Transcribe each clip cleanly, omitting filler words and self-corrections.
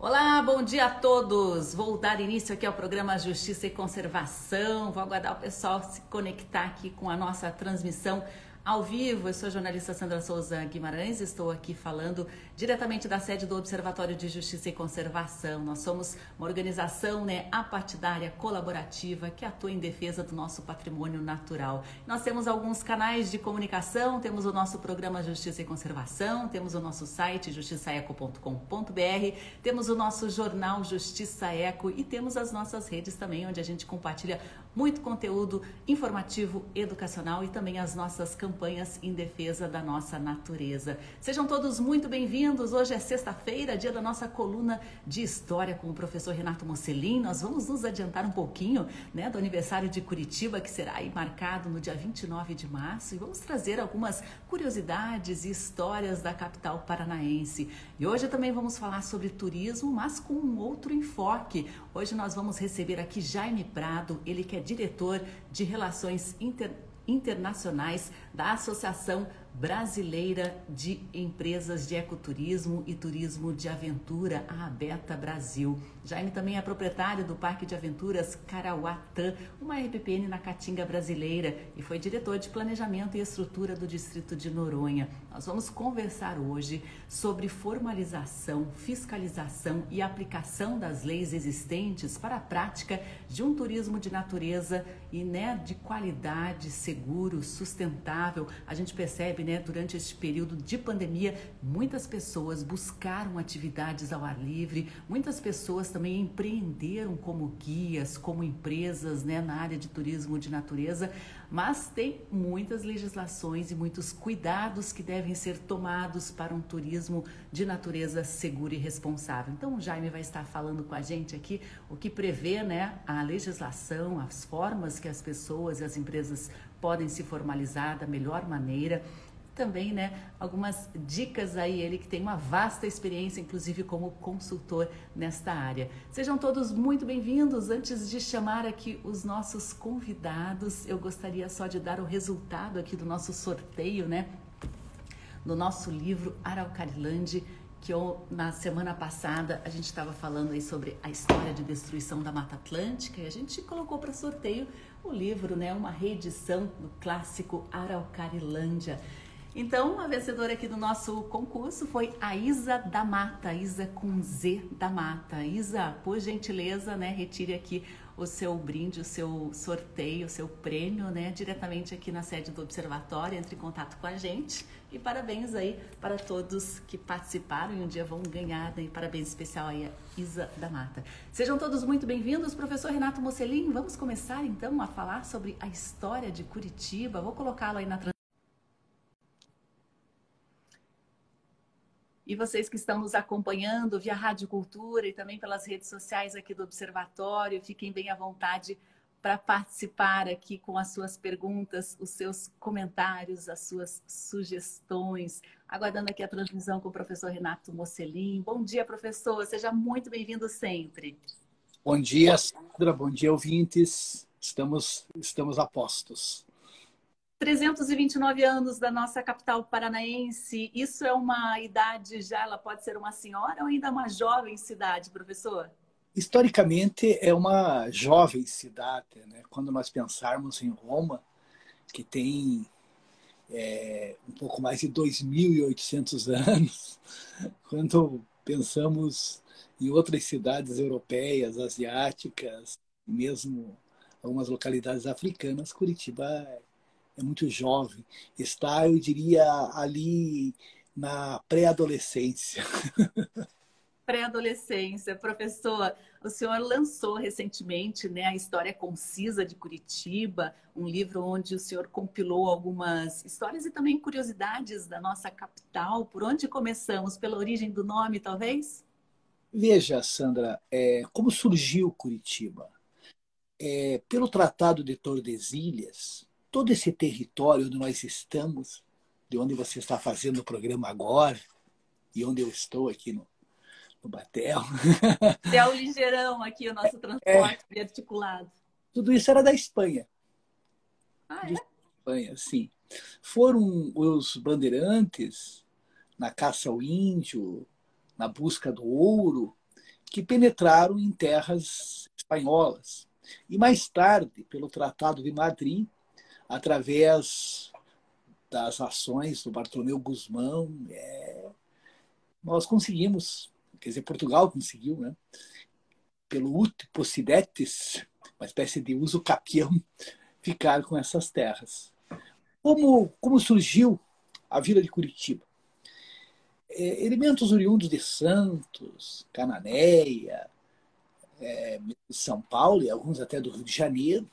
Olá, bom dia a todos. Vou dar início aqui ao programa Justiça e Conservação. Vou aguardar o pessoal se conectar aqui com a nossa transmissão ao vivo. Eu sou a jornalista Sandra Souza Guimarães, estou aqui falando diretamente da sede do Observatório de Justiça e Conservação. Nós somos uma organização apartidária, colaborativa, que atua em defesa do nosso patrimônio natural. Nós temos alguns canais de comunicação, temos o nosso programa Justiça e Conservação, temos o nosso site justiçaeco.com.br, temos o nosso jornal Justiça Eco e temos as nossas redes também, onde a gente compartilha muito conteúdo informativo, educacional e também as nossas campanhas em defesa da nossa natureza. Sejam todos muito bem-vindos. Hoje é sexta-feira, dia da nossa coluna de história com o professor Renato Mosselin. Nós vamos nos adiantar um pouquinho, do aniversário de Curitiba, que será aí marcado no dia 29 de março, e vamos trazer algumas curiosidades e histórias da capital paranaense. E hoje também vamos falar sobre turismo, mas com um outro enfoque. Hoje nós vamos receber aqui Jaime Prado, ele que é diretor de Relações Internacionais da Associação Brasileira de Empresas de Ecoturismo e Turismo de Aventura, a ABETA Brasil. Jaime também é proprietário do Parque de Aventuras Carauatã, uma RPPN na Caatinga brasileira, e foi diretor de Planejamento e Estrutura do Distrito de Noronha. Nós vamos conversar hoje sobre formalização, fiscalização e aplicação das leis existentes para a prática de um turismo de natureza e de qualidade, seguro, sustentável. A gente percebe, durante este período de pandemia, muitas pessoas buscaram atividades ao ar livre, muitas pessoas também empreenderam como guias, como empresas, na área de turismo de natureza, mas tem muitas legislações e muitos cuidados que devem ser tomados para um turismo de natureza seguro e responsável. Então o Jaime vai estar falando com a gente aqui o que prevê, a legislação, as formas que as pessoas e as empresas podem se formalizar da melhor maneira. Também, algumas dicas aí, ele que tem uma vasta experiência, inclusive como consultor nesta área. Sejam todos muito bem-vindos. Antes de chamar aqui os nossos convidados, eu gostaria só de dar o resultado aqui do nosso sorteio, do nosso livro Araucarilândia, que na semana passada a gente estava falando aí sobre a história de destruição da Mata Atlântica e a gente colocou para sorteio o livro, uma reedição do clássico Araucarilândia. Então, a vencedora aqui do nosso concurso foi a Isa da Mata, Isa com Z da Mata. Isa, por gentileza, retire aqui o seu brinde, o seu sorteio, o seu prêmio, diretamente aqui na sede do Observatório. Entre em contato com a gente e parabéns aí para todos que participaram e um dia vão ganhar, parabéns especial aí a Isa da Mata. Sejam todos muito bem-vindos. Professor Renato Mosselin, vamos começar então a falar sobre a história de Curitiba. Vou colocá-lo aí na transmissão. E vocês que estão nos acompanhando via Rádio Cultura e também pelas redes sociais aqui do Observatório, fiquem bem à vontade para participar aqui com as suas perguntas, os seus comentários, as suas sugestões. Aguardando aqui a transmissão com o professor Renato Mosselin. Bom dia, professor. Seja muito bem-vindo sempre. Bom dia, Sandra. Bom dia, ouvintes. Estamos a postos. 329 anos da nossa capital paranaense, isso é uma idade já, ela pode ser uma senhora ou ainda uma jovem cidade, professor? Historicamente, é uma jovem cidade, Quando nós pensarmos em Roma, que tem um pouco mais de 2.800 anos, quando pensamos em outras cidades europeias, asiáticas, mesmo algumas localidades africanas, Curitiba é muito jovem. Está, eu diria, ali na pré-adolescência. Pré-adolescência. Professor, o senhor lançou recentemente, a História Concisa de Curitiba, um livro onde o senhor compilou algumas histórias e também curiosidades da nossa capital. Por onde começamos? Pela origem do nome, talvez? Veja, Sandra, como surgiu Curitiba? Pelo Tratado de Tordesilhas, todo esse território onde nós estamos, de onde você está fazendo o programa agora, e onde eu estou aqui no Batel. É o ligeirão aqui, o nosso transporte articulado. Tudo isso era da Espanha. Ah, de Espanha, sim. Foram os bandeirantes na caça ao índio, na busca do ouro, que penetraram em terras espanholas. E mais tarde, pelo Tratado de Madrid, através das ações do Bartolomeu Gusmão, nós conseguimos, quer dizer, Portugal conseguiu, né? Pelo ut possidetis, uma espécie de uso capião, ficar com essas terras. Como surgiu a Vila de Curitiba? Elementos oriundos de Santos, Cananéia, de São Paulo e alguns até do Rio de Janeiro.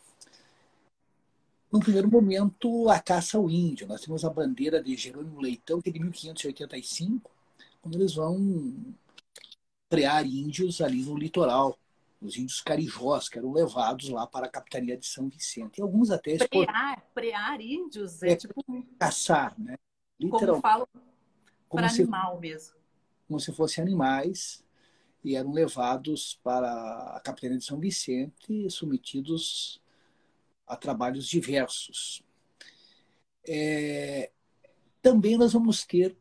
No primeiro momento, a caça ao índio. Nós temos a bandeira de Jerônimo Leitão, que é de 1585, quando eles vão frear índios ali no litoral, os índios carijós, que eram levados lá para a capitania de São Vicente. E alguns até exportados. Prear índios tipo caçar, né? Literalmente. Como falam para animal mesmo. Como se fossem animais, e eram levados para a capitania de São Vicente, submetidos a trabalhos diversos. Também nós vamos ter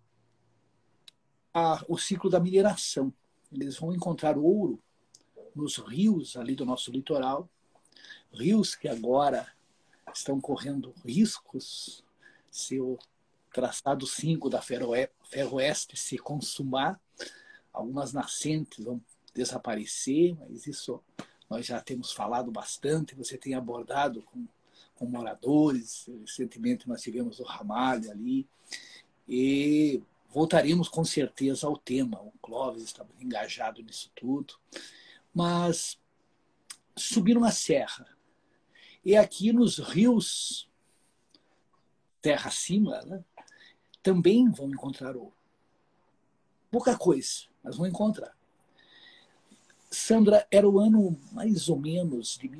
o ciclo da mineração. Eles vão encontrar ouro nos rios ali do nosso litoral, rios que agora estão correndo riscos se o traçado 5 da Ferroeste se consumar, algumas nascentes vão desaparecer, mas isso nós já temos falado bastante, você tem abordado com moradores, recentemente nós tivemos o Ramalho ali, e voltaremos com certeza ao tema, o Clóvis está engajado nisso tudo, mas subiram a serra, e aqui nos rios, terra acima, né, também vão encontrar ouro. Pouca coisa, mas vão encontrar. Sandra, era o ano mais ou menos de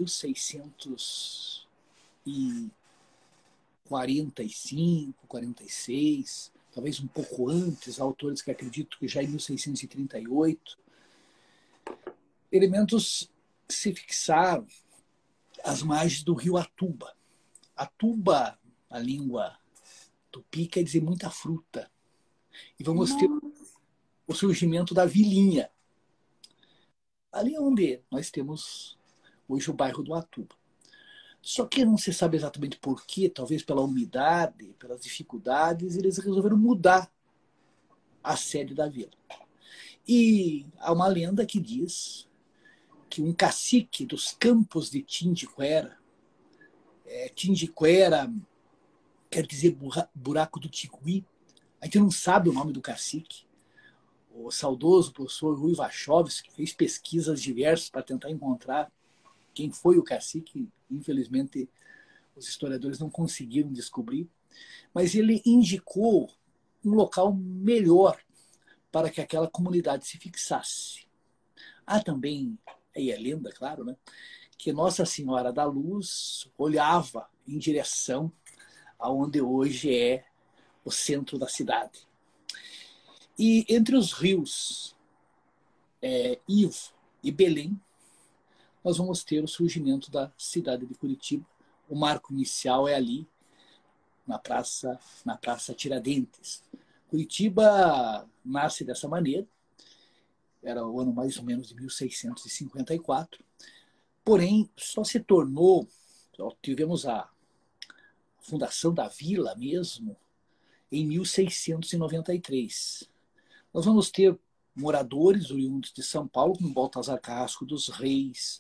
1645, 46, talvez um pouco antes, há autores que acreditam que já em 1638. Elementos se fixaram às margens do rio Atuba. Atuba, a língua tupi, quer dizer muita fruta. E vamos ter o surgimento da vilinha. Ali onde nós temos hoje o bairro do Atuba. Só que não se sabe exatamente por quê, talvez pela umidade, pelas dificuldades, eles resolveram mudar a sede da vila. E há uma lenda que diz que um cacique dos campos de Tindiquera, Tindiquera quer dizer buraco do Ticuí, a gente não sabe o nome do cacique. O saudoso professor Rui Wachowski fez pesquisas diversas para tentar encontrar quem foi o cacique. Infelizmente, os historiadores não conseguiram descobrir. Mas ele indicou um local melhor para que aquela comunidade se fixasse. Há também, aí é lenda, claro, né, que Nossa Senhora da Luz olhava em direção aonde hoje é o centro da cidade. E entre os rios Ivo e Belém, nós vamos ter o surgimento da cidade de Curitiba. O marco inicial é ali, na Praça Tiradentes. Curitiba nasce dessa maneira, era o ano mais ou menos de 1654, porém só se tornou, tivemos a fundação da vila mesmo, em 1693. Nós vamos ter moradores oriundos de São Paulo, como Baltazar Carrasco dos Reis,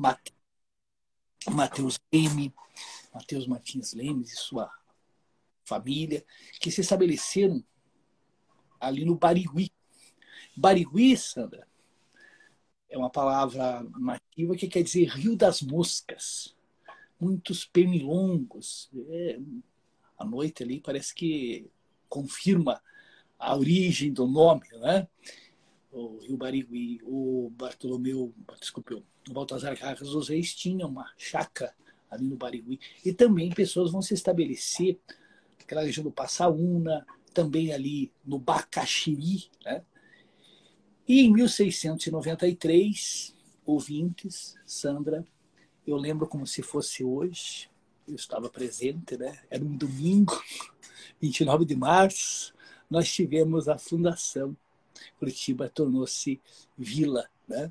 Mateus Martins Lemes e sua família, que se estabeleceram ali no Barigui. Barigui, Sandra, é uma palavra nativa que quer dizer Rio das Moscas. Muitos pernilongos. À noite ali parece que confirma a origem do nome, né? O Rio Barigui, o Baltazar Carrasco dos Reis tinha uma chácara ali no Barigui. E também pessoas vão se estabelecer naquela região do Passaúna, também ali no Bacaxiri, né? E em 1693, ouvintes, Sandra, eu lembro como se fosse hoje, eu estava presente, né? Era um domingo, 29 de março, nós tivemos a fundação Curitiba tornou-se vila, né?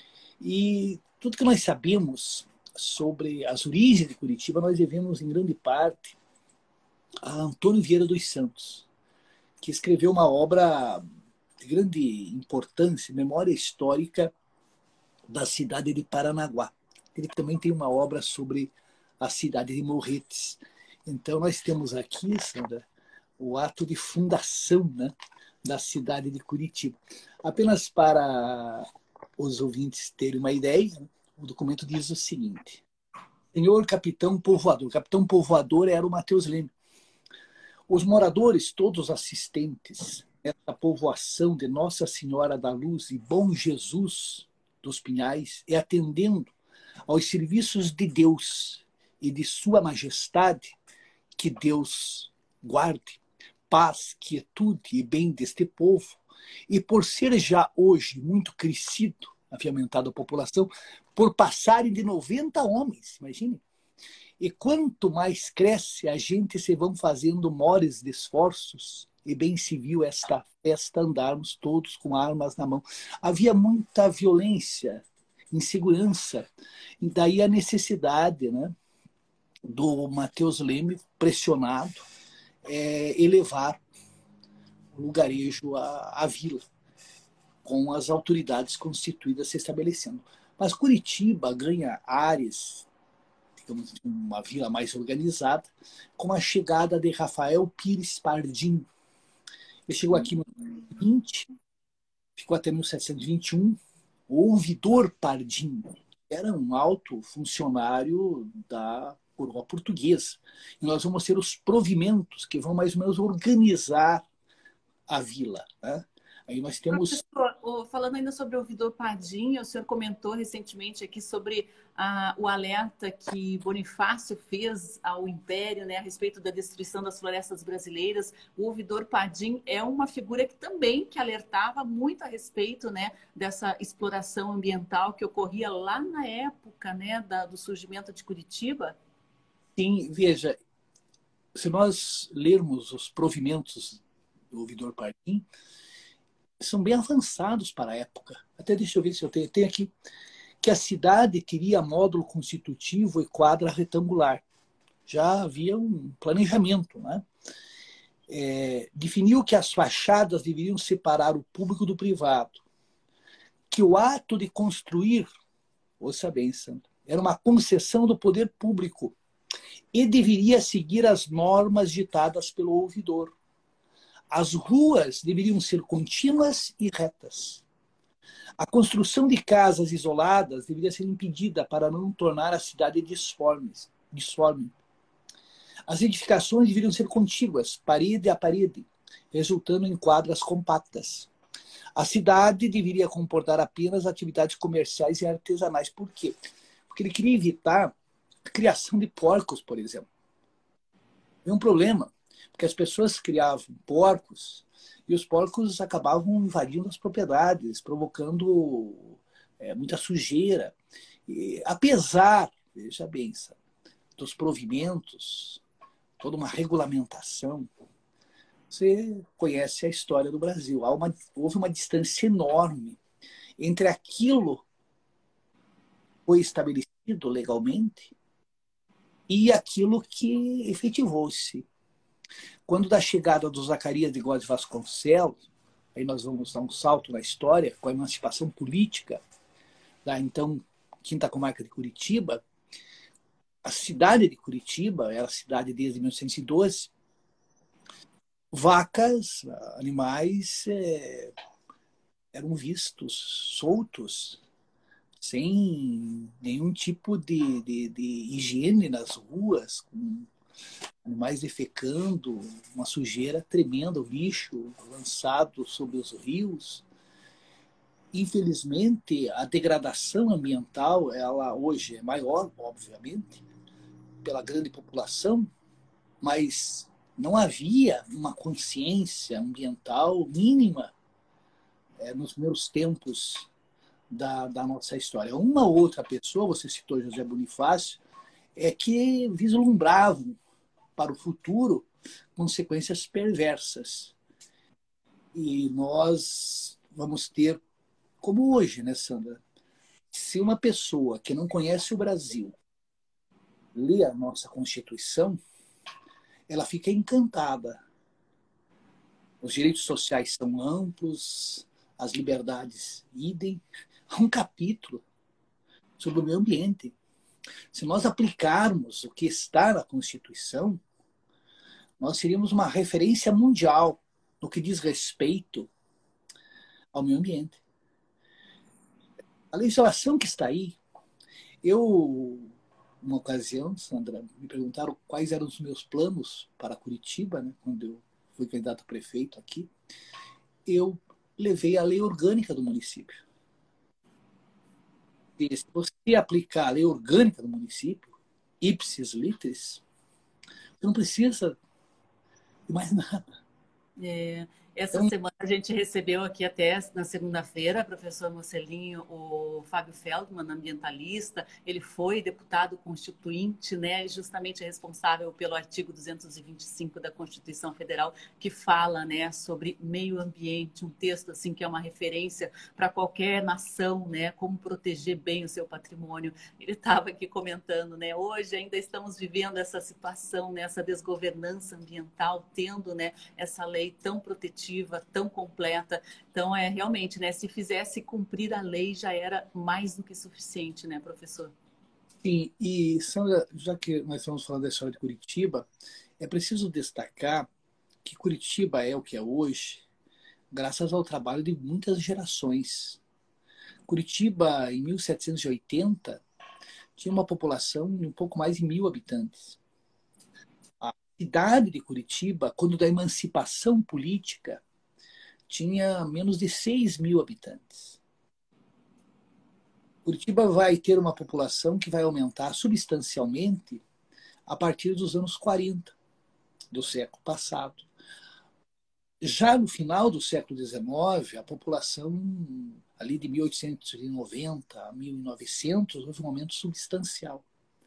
E tudo que nós sabemos sobre as origens de Curitiba, nós devemos, em grande parte, a Antônio Vieira dos Santos, que escreveu uma obra de grande importância, memória histórica da cidade de Paranaguá. Ele também tem uma obra sobre a cidade de Morretes. Então, nós temos aqui, Sandra, o ato de fundação, né, da cidade de Curitiba. Apenas para os ouvintes terem uma ideia, o documento diz o seguinte: Senhor Capitão Povoador. Capitão Povoador era o Matheus Leme. Os moradores, todos assistentes, essa povoação de Nossa Senhora da Luz e Bom Jesus dos Pinhais, e atendendo aos serviços de Deus e de Sua Majestade, que Deus guarde paz, quietude e bem deste povo, e por ser já hoje muito crescido, havia aumentado a população, por passarem de 90 homens, imagine. E quanto mais cresce, a gente se vão fazendo mores de esforços, e bem se viu esta festa andarmos todos com armas na mão. Havia muita violência, insegurança, e daí a necessidade, né, do Matheus Leme, pressionado, elevar o lugarejo à vila, com as autoridades constituídas se estabelecendo. Mas Curitiba ganha áreas, digamos, uma vila mais organizada, com a chegada de Rafael Pires Pardim. Ele chegou aqui no 20, ficou até 1721. O ouvidor Pardim era um alto funcionário da coroa portuguesa. E nós vamos ter os provimentos que vão mais ou menos organizar a vila, né? Aí nós temos... Professor, falando ainda sobre o ouvidor Padim, o senhor comentou recentemente aqui sobre o alerta que Bonifácio fez ao Império, né, a respeito da destruição das florestas brasileiras. O ouvidor Padim é uma figura que também que alertava muito a respeito, né, dessa exploração ambiental que ocorria lá na época, né, do surgimento de Curitiba. Sim, veja, se nós lermos os provimentos do ouvidor Padim, são bem avançados para a época. Até deixa eu ver se eu tenho aqui, que a cidade teria módulo constitutivo e quadra retangular. Já havia um planejamento, né? Definiu que as fachadas deveriam separar o público do privado, que o ato de construir, ouça bem, Sandra, era uma concessão do poder público e deveria seguir as normas ditadas pelo ouvidor. As ruas deveriam ser contínuas e retas. A construção de casas isoladas deveria ser impedida para não tornar a cidade disforme. As edificações deveriam ser contíguas, parede a parede, resultando em quadras compactas. A cidade deveria comportar apenas atividades comerciais e artesanais. Por quê? Porque ele queria evitar a criação de porcos, por exemplo. É um problema. Porque as pessoas criavam porcos e os porcos acabavam invadindo as propriedades, provocando muita sujeira. E, apesar, veja bem, dos provimentos, toda uma regulamentação, você conhece a história do Brasil. Houve uma distância enorme entre aquilo que foi estabelecido legalmente e aquilo que efetivou-se. Quando da chegada do Zacarias de Góes Vasconcelos, aí nós vamos dar um salto na história, com a emancipação política da então Quinta Comarca de Curitiba, a cidade de Curitiba era a cidade desde 1912, vacas, animais eram vistos soltos, sem nenhum tipo de higiene nas ruas, com animais defecando, uma sujeira tremenda, o lixo lançado sobre os rios. Infelizmente, a degradação ambiental, ela hoje é maior, obviamente, pela grande população, mas não havia uma consciência ambiental mínima nos primeiros tempos da nossa história. Uma outra pessoa, você citou José Bonifácio, que vislumbravam para o futuro consequências perversas. E nós vamos ter, como hoje, né, Sandra? Se uma pessoa que não conhece o Brasil lê a nossa Constituição, ela fica encantada. Os direitos sociais são amplos, as liberdades idem. Há um capítulo sobre o meio ambiente. Se nós aplicarmos o que está na Constituição, nós seríamos uma referência mundial no que diz respeito ao meio ambiente. A legislação que está aí, uma ocasião, Sandra, me perguntaram quais eram os meus planos para Curitiba, né, quando eu fui candidato a prefeito aqui. Eu levei a lei orgânica do município. E se você aplicar a lei orgânica do município, ipsis literis, você não precisa de mais nada. Essa semana a gente recebeu aqui até na segunda-feira, professor Mocelinho, o Fábio Feldman, ambientalista. Ele foi deputado constituinte, né, justamente responsável pelo artigo 225 da Constituição Federal, que fala, né, sobre meio ambiente, um texto assim que é uma referência para qualquer nação, né, como proteger bem o seu patrimônio. Ele estava aqui comentando, né, hoje ainda estamos vivendo essa situação, né, essa desgovernança ambiental, tendo, né, essa lei tão protetiva, tão completa. Então, realmente, né, se fizesse cumprir a lei, já era mais do que suficiente, né, professor? Sim, e Sandra, já que nós estamos falando da história de Curitiba, é preciso destacar que Curitiba é o que é hoje, graças ao trabalho de muitas gerações. Curitiba, em 1780, tinha uma população de um pouco mais de 1.000 habitantes. A cidade de Curitiba, quando da emancipação política, tinha menos de 6.000 habitantes. Curitiba vai ter uma população que vai aumentar substancialmente a partir dos anos 40 do século passado. Já no final do século XIX, a população ali de 1890 a 1900 houve um aumento substancial.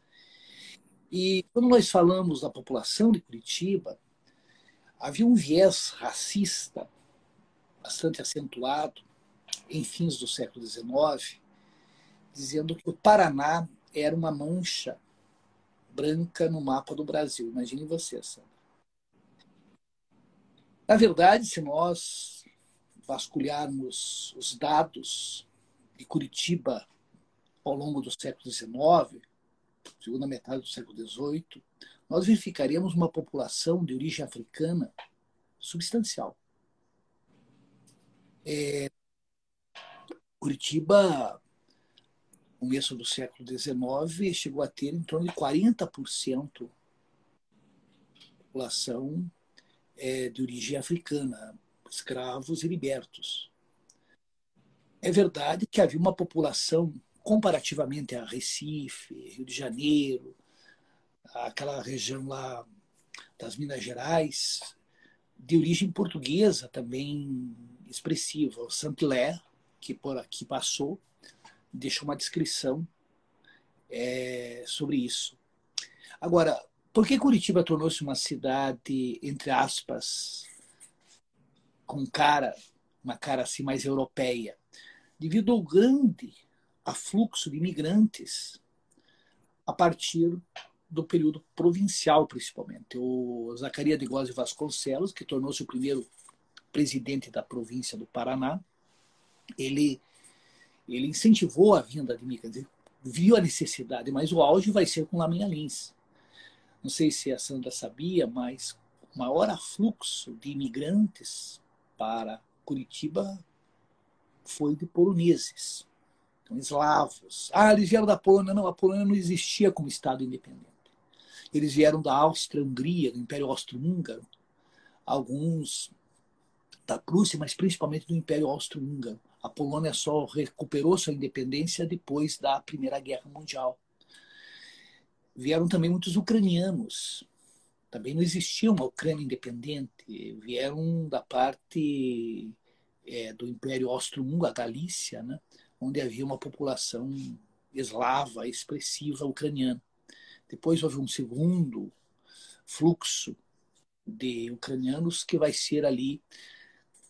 E quando nós falamos da população de Curitiba, havia um viés racista bastante acentuado em fins do século XIX, dizendo que o Paraná era uma mancha branca no mapa do Brasil. Imaginem vocês, Sandra. Na verdade, se nós vasculharmos os dados de Curitiba ao longo do século XIX, segunda metade do século XVIII, nós verificaríamos uma população de origem africana substancial. Curitiba, no começo do século XIX, chegou a ter em torno de 40% da população de origem africana, escravos e libertos. É verdade que havia uma população, comparativamente a Recife, Rio de Janeiro, aquela região lá das Minas Gerais, de origem portuguesa também expressiva. O Saint-Hilaire, que por aqui passou, deixou uma descrição sobre isso. Agora, por que Curitiba tornou-se uma cidade, entre aspas, com uma cara assim mais europeia? Devido ao grande afluxo de imigrantes a partir do período provincial, principalmente. O Zacarias de Góes Vasconcelos, que tornou-se o primeiro presidente da província do Paraná, ele incentivou a vinda de imigrantes, viu a necessidade, mas o auge vai ser com Laminha Lins. Não sei se a Sandra sabia, mas o maior afluxo de imigrantes para Curitiba foi de poloneses, então, eslavos. Eles vieram da Polônia. Não, a Polônia não existia como Estado independente. Eles vieram da Áustria-Hungria, do Império Austro-Húngaro, alguns da Prússia, mas principalmente do Império Austro-Húngaro. A Polônia só recuperou sua independência depois da Primeira Guerra Mundial. Vieram também muitos ucranianos. Também não existia uma Ucrânia independente. Vieram da parte do Império Austro-Húngaro, a Galícia, né, onde havia uma população eslava, expressiva, ucraniana. Depois houve um segundo fluxo de ucranianos que vai ser ali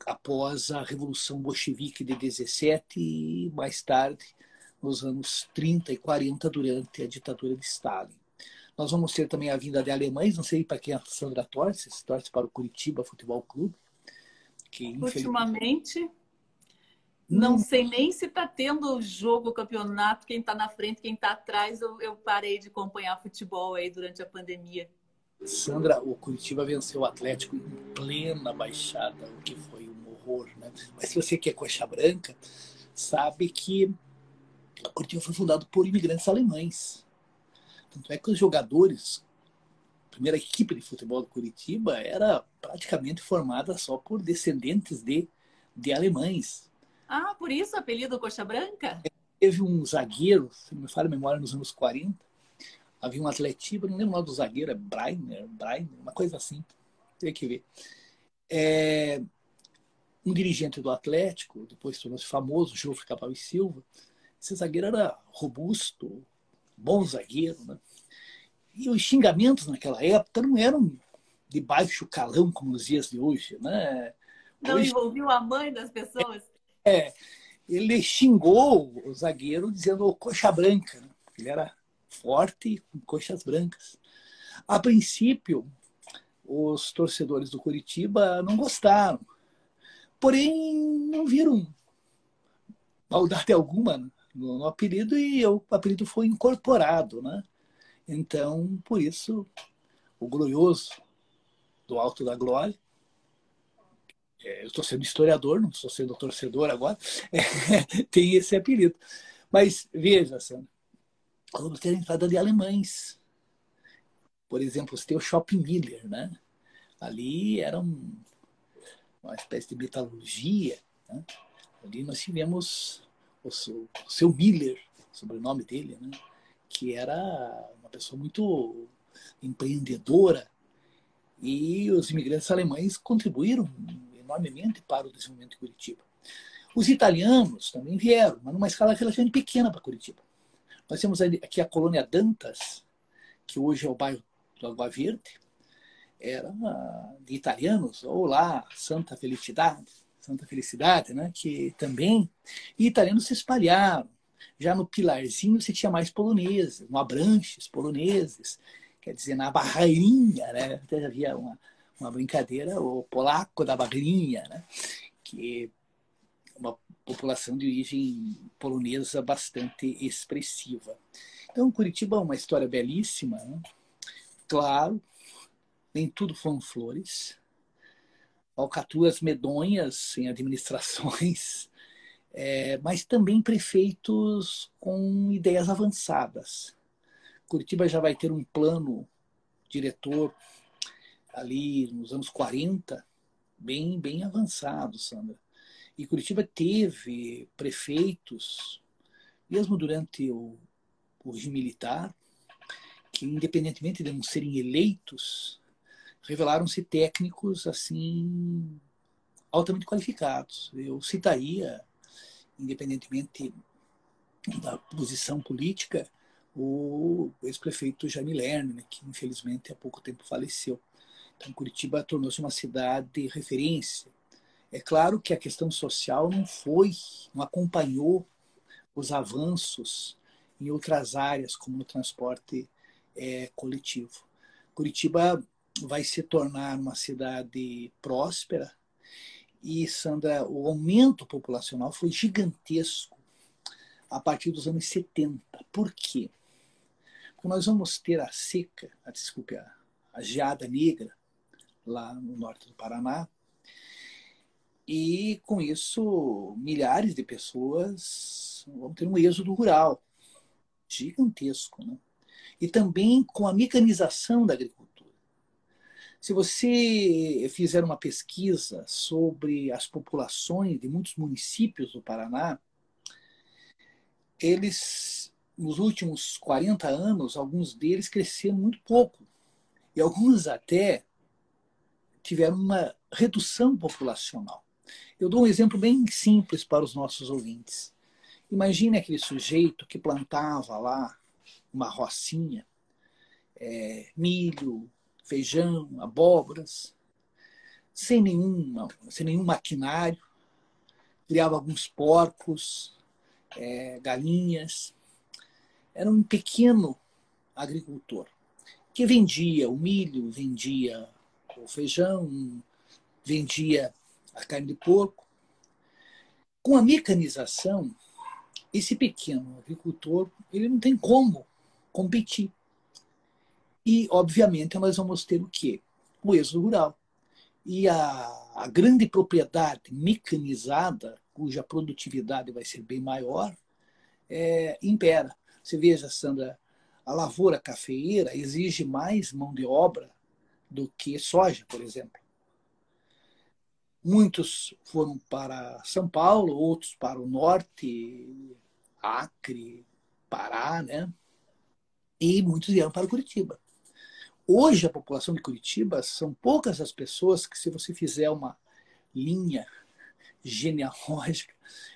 após a Revolução Bolchevique de 17 e mais tarde, nos anos 30 e 40, durante a ditadura de Stalin. Nós vamos ter também a vinda de alemães, não sei para quem a Sandra torce, se torce para o Curitiba Futebol Clube. Que, ultimamente, não sei nem se está tendo jogo, campeonato, quem está na frente, quem está atrás. Eu parei de acompanhar futebol aí durante a pandemia. Sandra, o Curitiba venceu o Atlético em plena Baixada, o que foi um horror, né? Mas se você quer coxa branca, sabe que o Curitiba foi fundado por imigrantes alemães. Tanto é que os jogadores, a primeira equipe de futebol do Curitiba era praticamente formada só por descendentes de alemães. Ah, por isso o apelido Coxa Branca? Teve um zagueiro, se não me falha a memória, nos anos 40, havia um Atletiba, não lembro o nome do zagueiro, é Breiner, uma coisa assim, tem que ver. Um dirigente do Atlético, depois tornou-se famoso, Jofre Cabral e Silva. Esse zagueiro era robusto, bom zagueiro, né? E os xingamentos naquela época não eram de baixo calão, como nos dias de hoje, né? Não envolviam a mãe das pessoas? Ele xingou o zagueiro dizendo coxa branca, né? Ele era forte, com coxas brancas. A princípio, os torcedores do Curitiba não gostaram, porém não viram maldade alguma no apelido, e o apelido foi incorporado, né? Então, por isso, o glorioso do Alto da Glória, eu estou sendo historiador, não estou sendo torcedor agora, tem esse apelido. Mas veja, Sandra, nós vamos ter a entrada de alemães. Por exemplo, você tem o Shopping Miller, né? Ali era uma espécie de metalurgia, né? Ali nós tivemos o seu Miller, o sobrenome dele, né? Que era uma pessoa muito empreendedora, e os imigrantes alemães contribuíram enormemente para o desenvolvimento de Curitiba. Os italianos também vieram, mas numa escala relativamente pequena para Curitiba. Nós temos aqui a colônia Dantas, que hoje é o bairro do Água Verde, era de italianos, ou lá Santa Felicidade, né? Que também, e italianos se espalharam. Já no Pilarzinho você tinha mais poloneses, no Abranches, poloneses, quer dizer, na Barreirinha, né? Até havia uma brincadeira, o polaco da Barreirinha, né? Que é uma população de origem polonesa bastante expressiva. Então, Curitiba é uma história belíssima, né? Claro, nem tudo foram flores, falcatruas medonhas em administrações, mas também prefeitos com ideias avançadas. Curitiba já vai ter um plano diretor ali nos anos 40, bem avançado, Sandra. E Curitiba teve prefeitos, mesmo durante o regime militar, que, independentemente de não serem eleitos, revelaram-se técnicos assim altamente qualificados. Eu citaria, independentemente da posição política, o ex-prefeito Jaime Lerner, né, que infelizmente há pouco tempo faleceu. Então, Curitiba tornou-se uma cidade de referência. É claro que a questão social não acompanhou os avanços em outras áreas, como no transporte coletivo. Curitiba vai se tornar uma cidade próspera e, Sandra, o aumento populacional foi gigantesco a partir dos anos 70. Por quê? Porque nós vamos ter a seca, a geada negra, lá no norte do Paraná, e com isso milhares de pessoas vão ter um êxodo rural gigantesco, né? E também com a mecanização da agricultura. Se você fizer uma pesquisa sobre as populações de muitos municípios do Paraná, eles, nos últimos 40 anos, alguns deles cresceram muito pouco. E alguns até tiveram uma redução populacional. Eu dou um exemplo bem simples para os nossos ouvintes. Imagine aquele sujeito que plantava lá uma rocinha, milho, feijão, abóboras. sem nenhum maquinário, criava alguns porcos, galinhas. Era um pequeno agricultor que vendia o milho, vendia o feijão, vendia a carne de porco. Com a mecanização, esse pequeno agricultor ele não tem como competir. E, obviamente, nós vamos ter o quê? O êxodo rural. E a grande propriedade mecanizada, cuja produtividade vai ser bem maior, impera. Você veja, Sandra, a lavoura cafeeira exige mais mão de obra do que soja, por exemplo. Muitos foram para São Paulo, outros para o norte, Acre, Pará, né? E muitos vieram para Curitiba. Hoje, a população de Curitiba são poucas as pessoas que, se você fizer uma linha genealógica,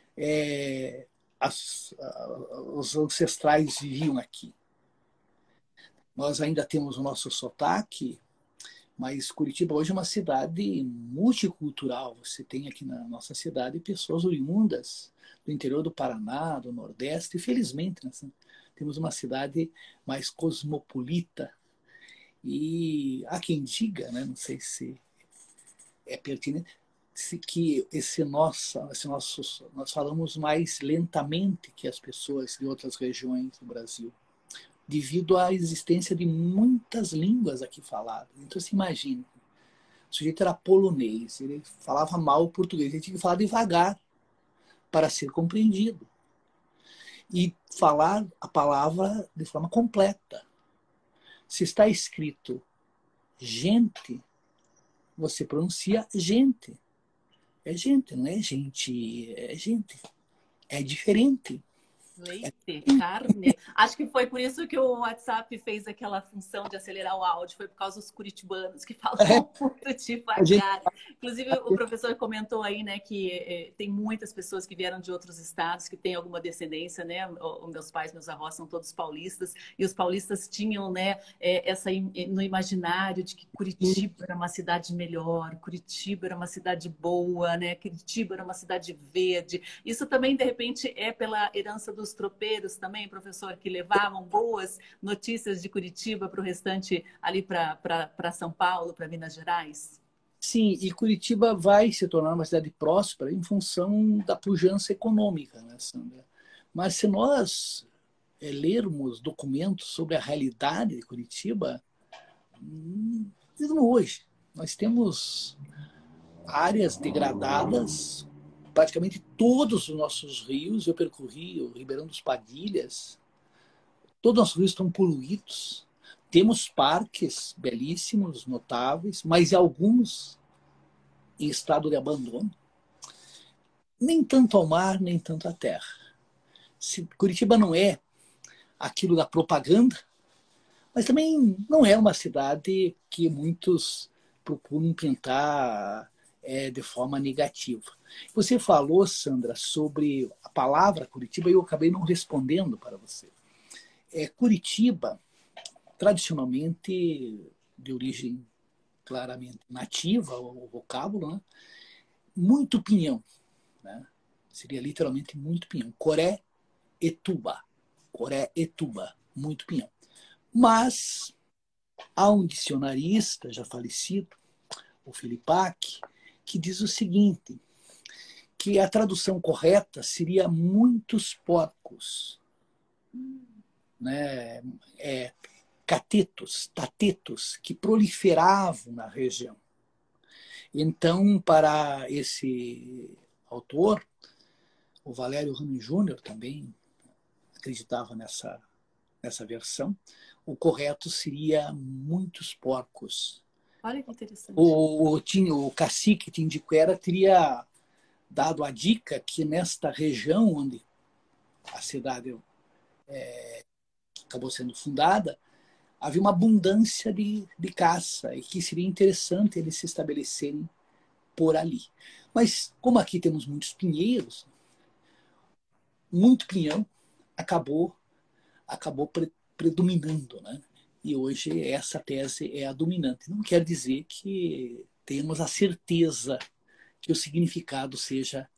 os ancestrais viviam aqui. Nós ainda temos o nosso sotaque, mas Curitiba hoje é uma cidade multicultural. Você tem aqui na nossa cidade pessoas oriundas do interior do Paraná, do Nordeste, e felizmente temos uma cidade mais cosmopolita. E há quem diga, né, não sei se é pertinente, que nós falamos mais lentamente que as pessoas de outras regiões do Brasil, devido à existência de muitas línguas aqui faladas. Então, se imagine, o sujeito era polonês, ele falava mal o português, ele tinha que falar devagar para ser compreendido. E falar a palavra de forma completa. Se está escrito gente, você pronuncia gente. É gente, não é gente, é gente. É diferente. Leite, carne. Acho que foi por isso que o WhatsApp fez aquela função de acelerar o áudio. Foi por causa dos curitibanos que falam muito devagar. Inclusive, o professor comentou aí, né, que tem muitas pessoas que vieram de outros estados, que têm alguma descendência, né? Meus pais, meus avós são todos paulistas. E os paulistas tinham, né, no imaginário de que Curitiba era uma cidade melhor, Curitiba era uma cidade boa, né? Curitiba era uma cidade verde. Isso também, de repente, é pela herança dos tropeiros também, professor, que levavam boas notícias de Curitiba para o restante, ali para São Paulo, para Minas Gerais? Sim, e Curitiba vai se tornar uma cidade próspera em função da pujança econômica, né, Sandra? Mas se nós lermos documentos sobre a realidade de Curitiba, mesmo hoje, nós temos áreas degradadas, praticamente todos os nossos rios, eu percorri o Ribeirão dos Padilhas, todos os nossos rios estão poluídos. Temos parques belíssimos, notáveis, mas alguns em estado de abandono. Nem tanto ao mar, nem tanto à terra. Curitiba não é aquilo da propaganda, mas também não é uma cidade que muitos procuram pintar de forma negativa. Você falou, Sandra, sobre a palavra Curitiba e eu acabei não respondendo para você. Curitiba, tradicionalmente, de origem claramente nativa, o vocábulo, né? Muito pinhão. Né? Seria literalmente muito pinhão. Coré-Etuba. Coré-Etuba. Muito pinhão. Mas há um dicionarista já falecido, o Filipac, que diz o seguinte, que a tradução correta seria muitos porcos, né? Catetos, tatetos, que proliferavam na região. Então, para esse autor, o Valério Ramos Júnior também acreditava nessa versão, o correto seria muitos porcos. Olha que interessante. O cacique Tindiquera teria dado a dica que nesta região onde a cidade acabou sendo fundada, havia uma abundância de caça e que seria interessante eles se estabelecerem por ali. Mas como aqui temos muitos pinheiros, muito pinhão acabou predominando, né? E hoje essa tese é a dominante. Não quer dizer que tenhamos a certeza que o significado seja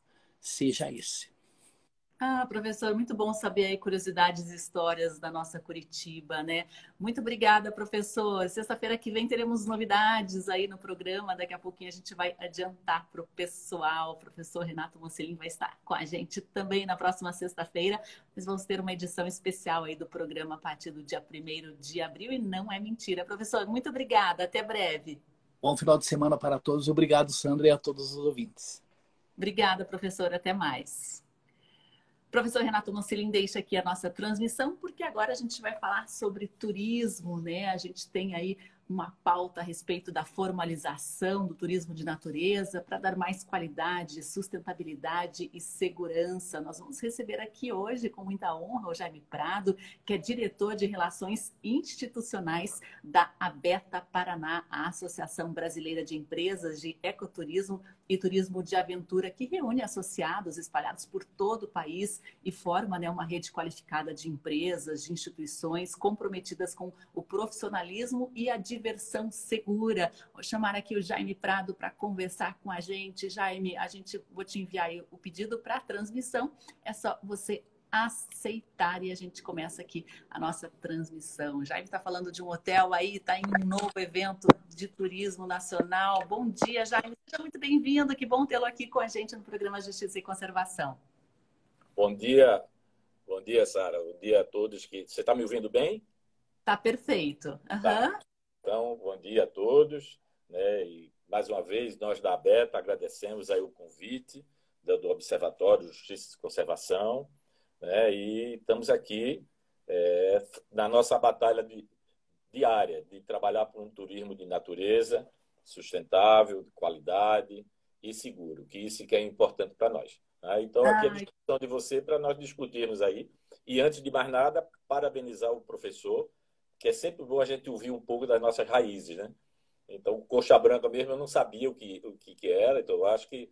esse. Ah, professor, muito bom saber aí curiosidades e histórias da nossa Curitiba, né? Muito obrigada, professor. Sexta-feira que vem teremos novidades aí no programa. Daqui a pouquinho a gente vai adiantar para o pessoal. O professor Renato Mocelin vai estar com a gente também na próxima sexta-feira. Nós vamos ter uma edição especial aí do programa a partir do dia 1º de abril. E não é mentira. Professor, muito obrigada. Até breve. Bom final de semana para todos. Obrigado, Sandra, e a todos os ouvintes. Obrigada, professor. Até mais. Professor Renato Mocelin deixa aqui a nossa transmissão, porque agora a gente vai falar sobre turismo, né? A gente tem aí uma pauta a respeito da formalização do turismo de natureza para dar mais qualidade, sustentabilidade e segurança. Nós vamos receber aqui hoje, com muita honra, o Jaime Prado, que é diretor de Relações Institucionais da ABETA Paraná, a Associação Brasileira de Empresas de Ecoturismo e Turismo de Aventura, que reúne associados espalhados por todo o país e forma, né, uma rede qualificada de empresas, de instituições comprometidas com o profissionalismo e a diversão segura. Vou chamar aqui o Jaime Prado para conversar com a gente. Jaime, vou te enviar o pedido para a transmissão. É só você aceitar e a gente começa aqui a nossa transmissão. Jaime está falando de um hotel aí, está em um novo evento de turismo nacional. Bom dia, Jaime. Seja muito bem-vindo. Que bom tê-lo aqui com a gente no programa Justiça e Conservação. Bom dia, Sara. Bom dia a todos. Você está me ouvindo bem? Tá perfeito. Uhum. Tá. Então, bom dia a todos, né? E mais uma vez nós da ABETA agradecemos aí o convite do Observatório Justiça e Conservação, né? E estamos aqui na nossa batalha diária de trabalhar por um turismo de natureza sustentável, de qualidade e seguro, que isso que é importante para nós. Então, aqui é a discussão de você para nós discutirmos aí. E, antes de mais nada, parabenizar o professor, que é sempre bom a gente ouvir um pouco das nossas raízes, né? Então, coxa branca mesmo, eu não sabia o que era, então eu acho que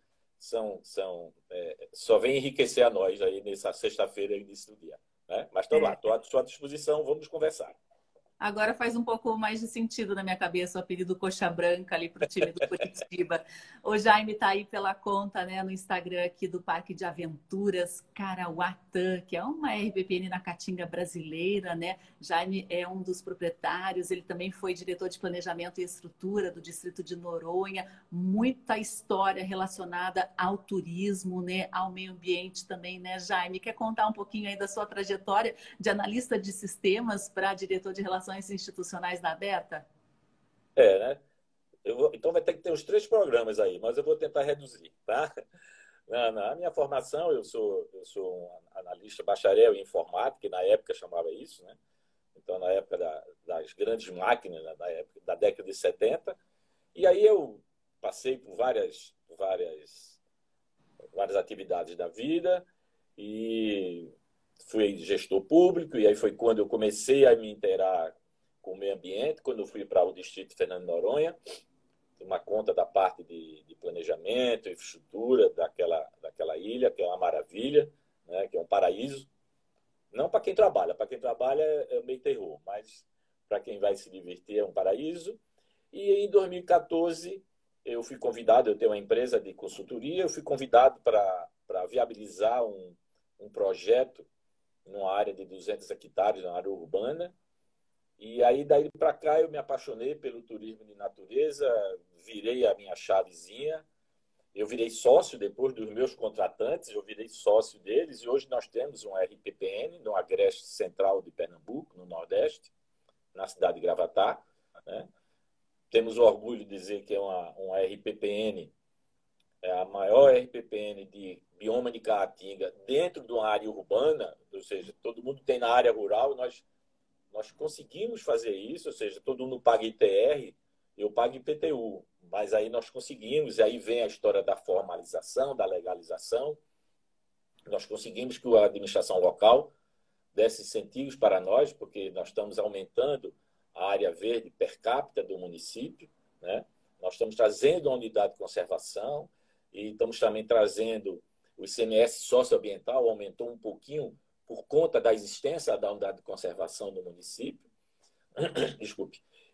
só vem enriquecer a nós aí nessa sexta-feira, início do dia. Né? Mas estou lá, estou à sua disposição, vamos conversar. Agora faz um pouco mais de sentido na minha cabeça o apelido Coxa Branca ali para o time do Curitiba. O Jaime está aí pela conta, né, no Instagram aqui do Parque de Aventuras Carauatã, que é uma RPPN na Caatinga brasileira, né? Jaime é um dos proprietários, ele também foi diretor de planejamento e estrutura do distrito de Noronha. Muita história relacionada ao turismo, né, ao meio ambiente também, né, Jaime? Quer contar um pouquinho aí da sua trajetória de analista de sistemas para diretor de relações institucionais da ABETA? Né? Então vai ter que ter os 3 programas aí, mas eu vou tentar reduzir, tá? Na minha formação, eu sou um analista bacharel em informática, que na época chamava isso, né? Então, na época das grandes máquinas, na época da década de 70, e aí eu passei por várias atividades da vida e fui gestor público, e aí foi quando eu comecei a me inteirar com o meio ambiente, quando eu fui para o distrito de Fernando de Noronha, uma conta da parte de planejamento, infraestrutura daquela ilha, que é uma maravilha, né, que é um paraíso. Não para quem trabalha é meio terror, mas para quem vai se divertir é um paraíso. E em 2014 eu fui convidado, eu tenho uma empresa de consultoria, eu fui convidado para viabilizar um projeto numa área de 200 hectares, na área urbana. E aí, daí para cá, eu me apaixonei pelo turismo de natureza, virei a minha chavezinha. Eu virei sócio depois dos meus contratantes, eu virei sócio deles. E hoje nós temos um RPPN no Agreste Central de Pernambuco, no Nordeste, na cidade de Gravatá. Né? Temos o orgulho de dizer que é uma RPPN, é a maior RPPN de bioma de Caatinga dentro de uma área urbana, ou seja, todo mundo tem na área rural, nós conseguimos fazer isso, ou seja, todo mundo paga ITR, eu pago IPTU, mas aí nós conseguimos, e aí vem a história da formalização, da legalização, nós conseguimos que a administração local desse incentivos para nós, porque nós estamos aumentando a área verde per capita do município, né? Nós estamos trazendo a unidade de conservação e estamos também trazendo o ICMS socioambiental, aumentou um pouquinho por conta da existência da unidade de conservação no município. Desculpe.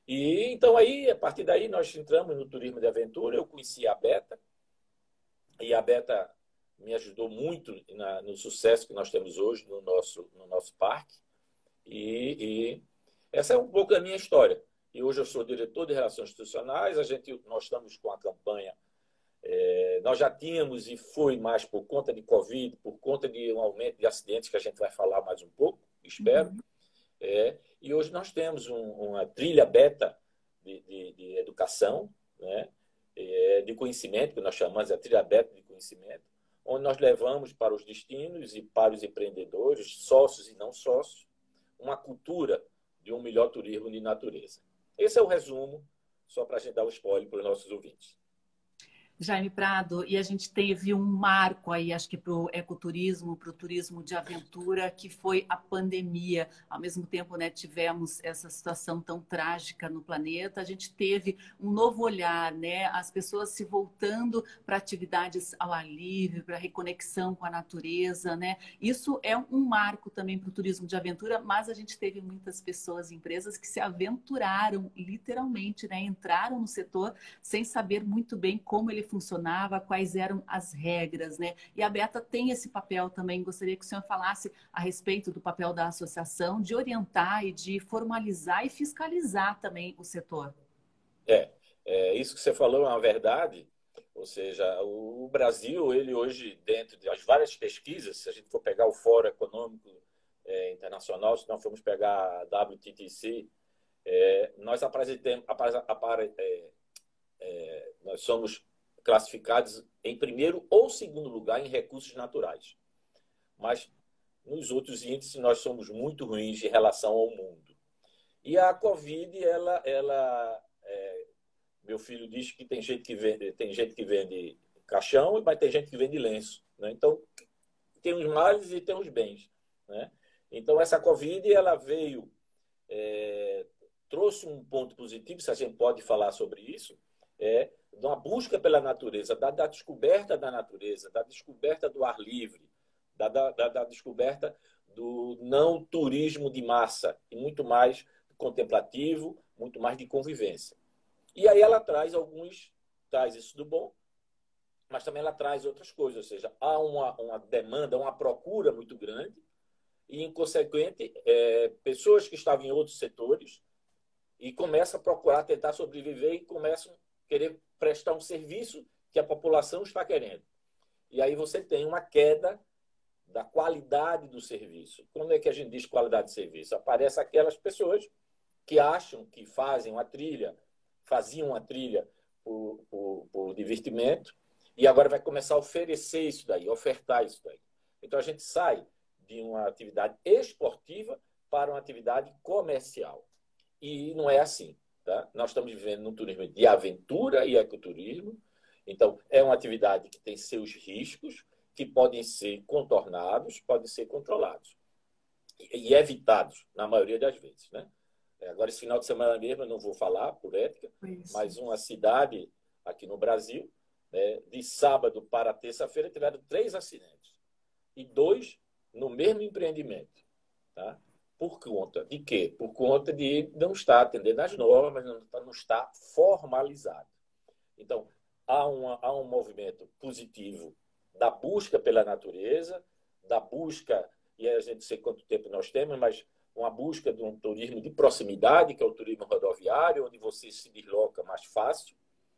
E então aí, a partir daí, nós entramos no turismo de aventura. Eu conheci a Beta, e a Beta me ajudou muito no sucesso que nós temos hoje no nosso parque. E essa é um pouco a minha história. E hoje eu sou diretor de Relações Institucionais. Nós estamos com a campanha. Nós já tínhamos, e foi mais por conta de Covid, por conta de um aumento de acidentes, que a gente vai falar mais um pouco, espero. E hoje nós temos uma trilha Beta de educação, né? De conhecimento, que nós chamamos de trilha Beta de conhecimento, onde nós levamos para os destinos e para os empreendedores, sócios e não sócios, uma cultura de um melhor turismo de natureza. Esse é o resumo, só para a gente dar um spoiler para os nossos ouvintes. Jaime Prado, e a gente teve um marco aí, acho que para o ecoturismo, para o turismo de aventura, que foi a pandemia. Ao mesmo tempo, né, tivemos essa situação tão trágica no planeta, a gente teve um novo olhar, né, as pessoas se voltando para atividades ao ar livre, para reconexão com a natureza, né? Isso é um marco também para o turismo de aventura, mas a gente teve muitas pessoas, empresas que se aventuraram, literalmente, né, entraram no setor sem saber muito bem como ele funcionava, quais eram as regras, né? E a Beta tem esse papel também. Gostaria que o senhor falasse a respeito do papel da associação, de orientar e de formalizar e fiscalizar também o setor. Isso que você falou é uma verdade. Ou seja, o Brasil, ele hoje, dentro das várias pesquisas, se a gente for pegar o Fórum Econômico Internacional, se nós formos pegar a WTTC, nós nós somos classificados em primeiro ou segundo lugar em recursos naturais. Mas nos outros índices nós somos muito ruins em relação ao mundo. E a Covid, meu filho diz que tem gente que vende caixão, mas tem gente que vende lenço, né? Então, tem os males e tem os bens, né? Então, essa Covid, ela veio, trouxe um ponto positivo, se a gente pode falar sobre isso, de uma busca pela natureza, da descoberta da natureza, da descoberta do ar livre, da descoberta do não turismo de massa, e muito mais contemplativo, muito mais de convivência. E aí ela traz isso do bom, mas também ela traz outras coisas, ou seja, há uma demanda, uma procura muito grande, e, em consequente, pessoas que estavam em outros setores e começam a procurar tentar sobreviver e começam a querer prestar um serviço que a população está querendo. E aí você tem uma queda da qualidade do serviço. Quando é que a gente diz qualidade de serviço? Aparecem aquelas pessoas que acham que faziam uma trilha por divertimento, e agora vai começar a oferecer isso daí, ofertar isso daí. Então, a gente sai de uma atividade esportiva para uma atividade comercial. E não é assim. Tá? Nós estamos vivendo num turismo de aventura e ecoturismo. Então, é uma atividade que tem seus riscos, que podem ser contornados, podem ser controlados e evitados, na maioria das vezes. Né? Agora, esse final de semana mesmo, eu não vou falar, por ética, mas uma cidade aqui no Brasil, né, de sábado para terça-feira, tiveram 3 acidentes. E 2 no mesmo empreendimento. Tá? Por conta de quê? Por conta de não estar atendendo às normas, não estar formalizado. Então, há um movimento positivo da busca pela natureza, da busca, e a gente não sei quanto tempo nós temos, mas uma busca de um turismo de proximidade, que é o turismo rodoviário, onde você se desloca mais fácil.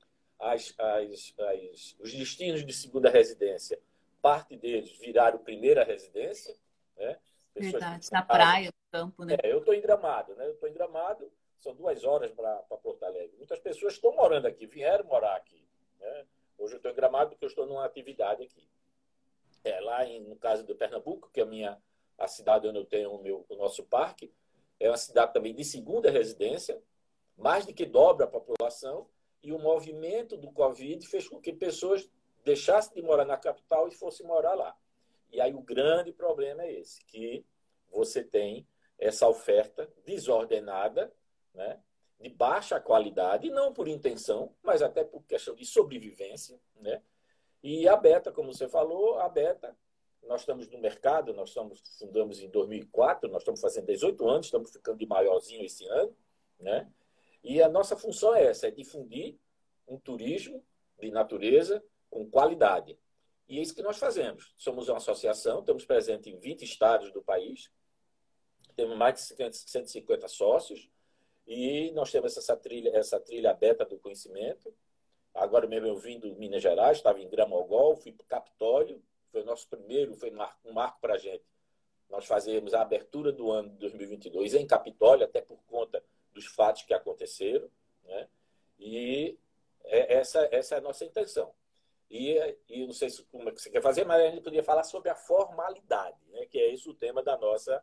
Os destinos de segunda residência, parte deles viraram primeira residência, né? Verdade, na praia, no campo, né? Eu estou em Gramado, né? São 2 horas para Porto Alegre. Muitas pessoas estão morando aqui, vieram morar aqui, né? Hoje eu estou em Gramado porque eu estou numa atividade aqui. No caso do Pernambuco, que é a cidade onde eu tenho o nosso parque, é uma cidade também de segunda residência, mais do que dobra a população, e o movimento do Covid fez com que pessoas deixassem de morar na capital e fossem morar lá. E aí o grande problema é esse, que você tem essa oferta desordenada, né, de baixa qualidade, não por intenção, mas até por questão de sobrevivência, né? E a Beta, como você falou, nós estamos no mercado, fundamos em 2004, nós estamos fazendo 18 anos, estamos ficando de maiorzinho esse ano, né? E a nossa função é essa, é difundir um turismo de natureza com qualidade. E é isso que nós fazemos. Somos uma associação, estamos presentes em 20 estados do país, temos mais de 150 sócios, e nós temos essa trilha aberta do conhecimento. Agora mesmo eu vim do Minas Gerais, estava em Gramogol, fui para o Capitólio, foi o nosso primeiro, foi um marco para a gente. Nós fazemos a abertura do ano de 2022 em Capitólio, até por conta dos fatos que aconteceram, né? E essa é a nossa intenção. E não sei como é que você quer fazer, mas a gente poderia falar sobre a formalidade, né? Que é esse o tema da nossa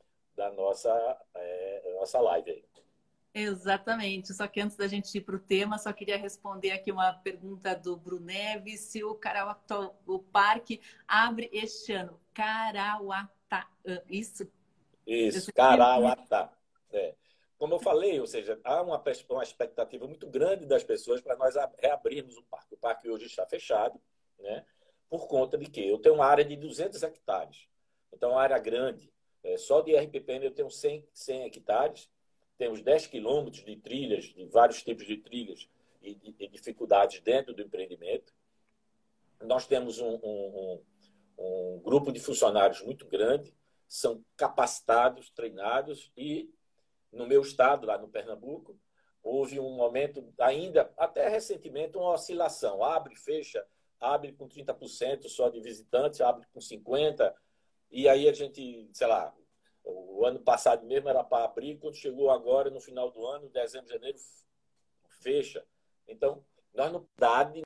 live aí. Exatamente. Só que antes da gente ir para o tema, só queria responder aqui uma pergunta do Bruneves. Se o parque abre este ano. Carauatá. Isso? Isso, Carauatá. É. Como eu falei, ou seja, há uma expectativa muito grande das pessoas para nós reabrirmos o parque. O parque hoje está fechado, né? Por conta de que eu tenho uma área de 200 hectares. Então, uma área grande. Só de RPPN eu tenho 100 hectares. Temos 10 quilômetros de trilhas, de vários tipos de trilhas e dificuldades dentro do empreendimento. Nós temos um grupo de funcionários muito grande, são capacitados, treinados, e no meu estado, lá no Pernambuco, houve um momento, ainda até recentemente, uma oscilação. Abre, fecha, abre com 30% só de visitantes, abre com 50%, e aí a gente, sei lá, o ano passado mesmo era para abrir, quando chegou agora, no final do ano, dezembro, janeiro, fecha. Então, nós não damos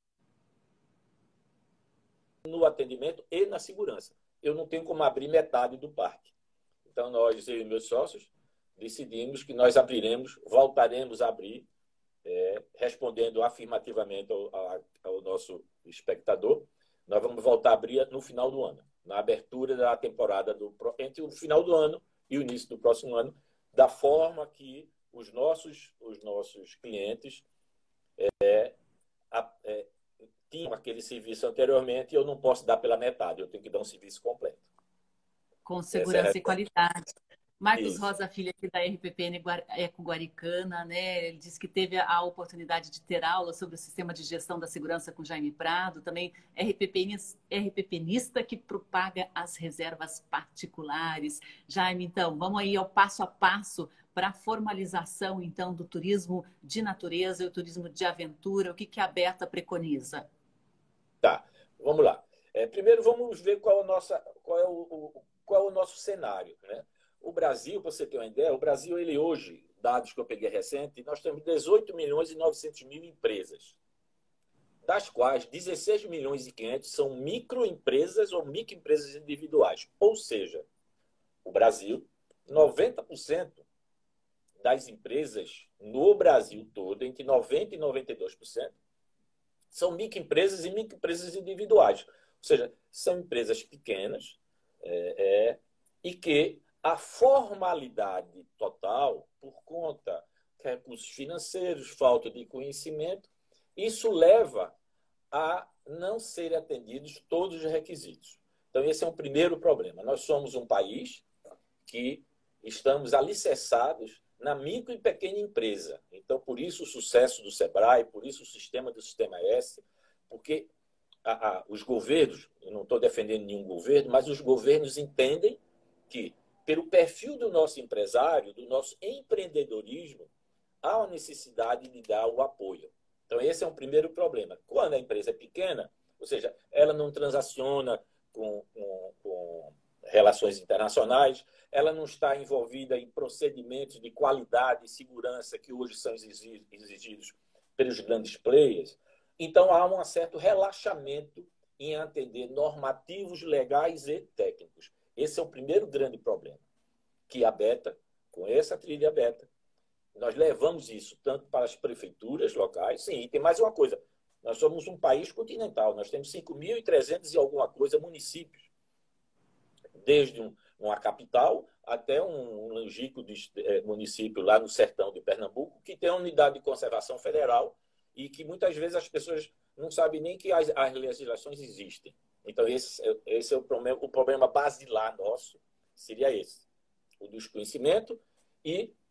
no atendimento e na segurança. Eu não tenho como abrir metade do parque. Então, nós, eu e meus sócios, decidimos que nós voltaremos a abrir, respondendo afirmativamente ao nosso espectador. Nós vamos voltar a abrir no final do ano, na abertura da temporada, entre o final do ano e o início do próximo ano, da forma que os nossos clientes tinham aquele serviço anteriormente, e eu não posso dar pela metade, eu tenho que dar um serviço completo. Com segurança e qualidade. Marcos Isso. Rosa Filho, aqui da RPPN Eco Guaricana, né? Ele disse que teve a oportunidade de ter aula sobre o sistema de gestão da segurança com Jaime Prado, também RPPnista que propaga as reservas particulares. Jaime, então, vamos aí ao passo a passo para a formalização, então, do turismo de natureza e o turismo de aventura. O que a Beta preconiza? Tá, vamos lá. Primeiro, vamos ver qual é o nosso cenário, né? O Brasil, para você ter uma ideia, o Brasil, ele hoje, dados que eu peguei recente, nós temos 18 milhões e 900 mil empresas, das quais 16 milhões e 500 são microempresas ou microempresas individuais. Ou seja, o Brasil, 90% das empresas no Brasil todo, entre 90% e 92%, são microempresas e microempresas individuais. Ou seja, são empresas pequenas e que a formalidade total, por conta de recursos financeiros, falta de conhecimento, isso leva a não serem atendidos todos os requisitos. Então, esse é um primeiro problema. Nós somos um país que estamos alicerçados na micro e pequena empresa. Então, por isso o sucesso do Sebrae, por isso o sistema do Sistema S, porque os governos, eu não estou defendendo nenhum governo, mas os governos entendem que, pelo perfil do nosso empresário, do nosso empreendedorismo, há uma necessidade de dar o apoio. Então, esse é um primeiro problema. Quando a empresa é pequena, ou seja, ela não transaciona com relações internacionais, ela não está envolvida em procedimentos de qualidade e segurança que hoje são exigidos pelos grandes players. Então, há um certo relaxamento em atender normativos legais e técnicos. Esse é o primeiro grande problema, que a Beta, com essa trilha Beta, nós levamos isso tanto para as prefeituras locais. Sim, e tem mais uma coisa, nós somos um país continental, nós temos 5.300 e alguma coisa municípios, desde uma capital até um longínquo município lá no sertão de Pernambuco, que tem uma unidade de conservação federal e que muitas vezes as pessoas não sabem nem que as legislações existem. Então, esse é o problema basilar nosso, seria esse, o desconhecimento e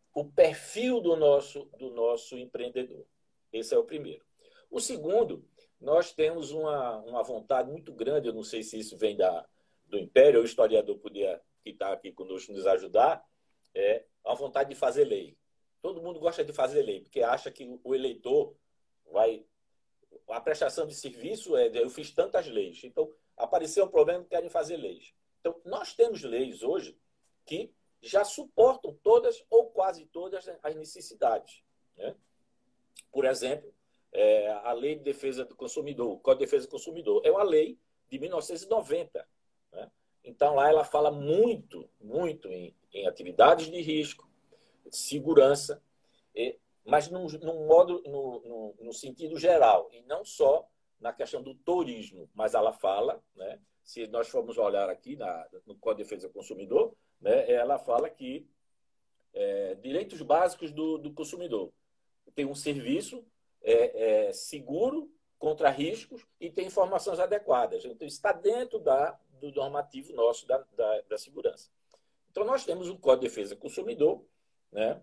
o perfil do nosso empreendedor. Esse é o primeiro. O segundo, nós temos uma vontade muito grande, eu não sei se isso vem do Império, o historiador podia estar aqui conosco nos ajudar, é a vontade de fazer lei. Todo mundo gosta de fazer lei, porque acha que o eleitor vai... A prestação de serviço eu fiz tantas leis. Então, apareceu um problema, querem fazer leis. Então, nós temos leis hoje que já suportam todas ou quase todas as necessidades, né? Por exemplo, a Lei de Defesa do Consumidor, o Código de Defesa do Consumidor, é uma lei de 1990. Né? Então, lá ela fala muito, muito em atividades de risco, segurança, mas no sentido geral, e não só na questão do turismo, mas ela fala, né, se nós formos olhar aqui no Código de Defesa do Consumidor, né, ela fala que direitos básicos do consumidor. Tem um serviço seguro contra riscos e tem informações adequadas. Então, isso está dentro do normativo nosso da segurança. Então, nós temos um Código de Defesa do Consumidor, né?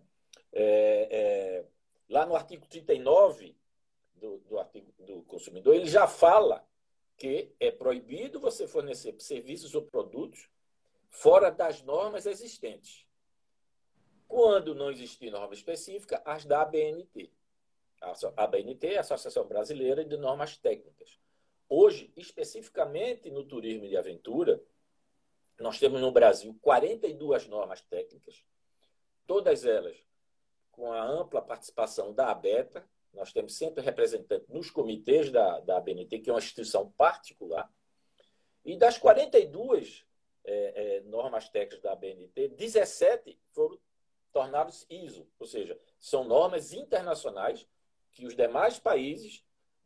Lá no artigo 39 do artigo do consumidor, ele já fala que é proibido você fornecer serviços ou produtos fora das normas existentes. Quando não existir norma específica, as da ABNT. A ABNT é a Associação Brasileira de Normas Técnicas. Hoje, especificamente no turismo de aventura, nós temos no Brasil 42 normas técnicas, todas elas com a ampla participação da ABETA. Nós temos sempre representantes nos comitês da ABNT, que é uma instituição particular. E das 42 normas técnicas da ABNT, 17 foram tornados ISO, ou seja, são normas internacionais que os demais países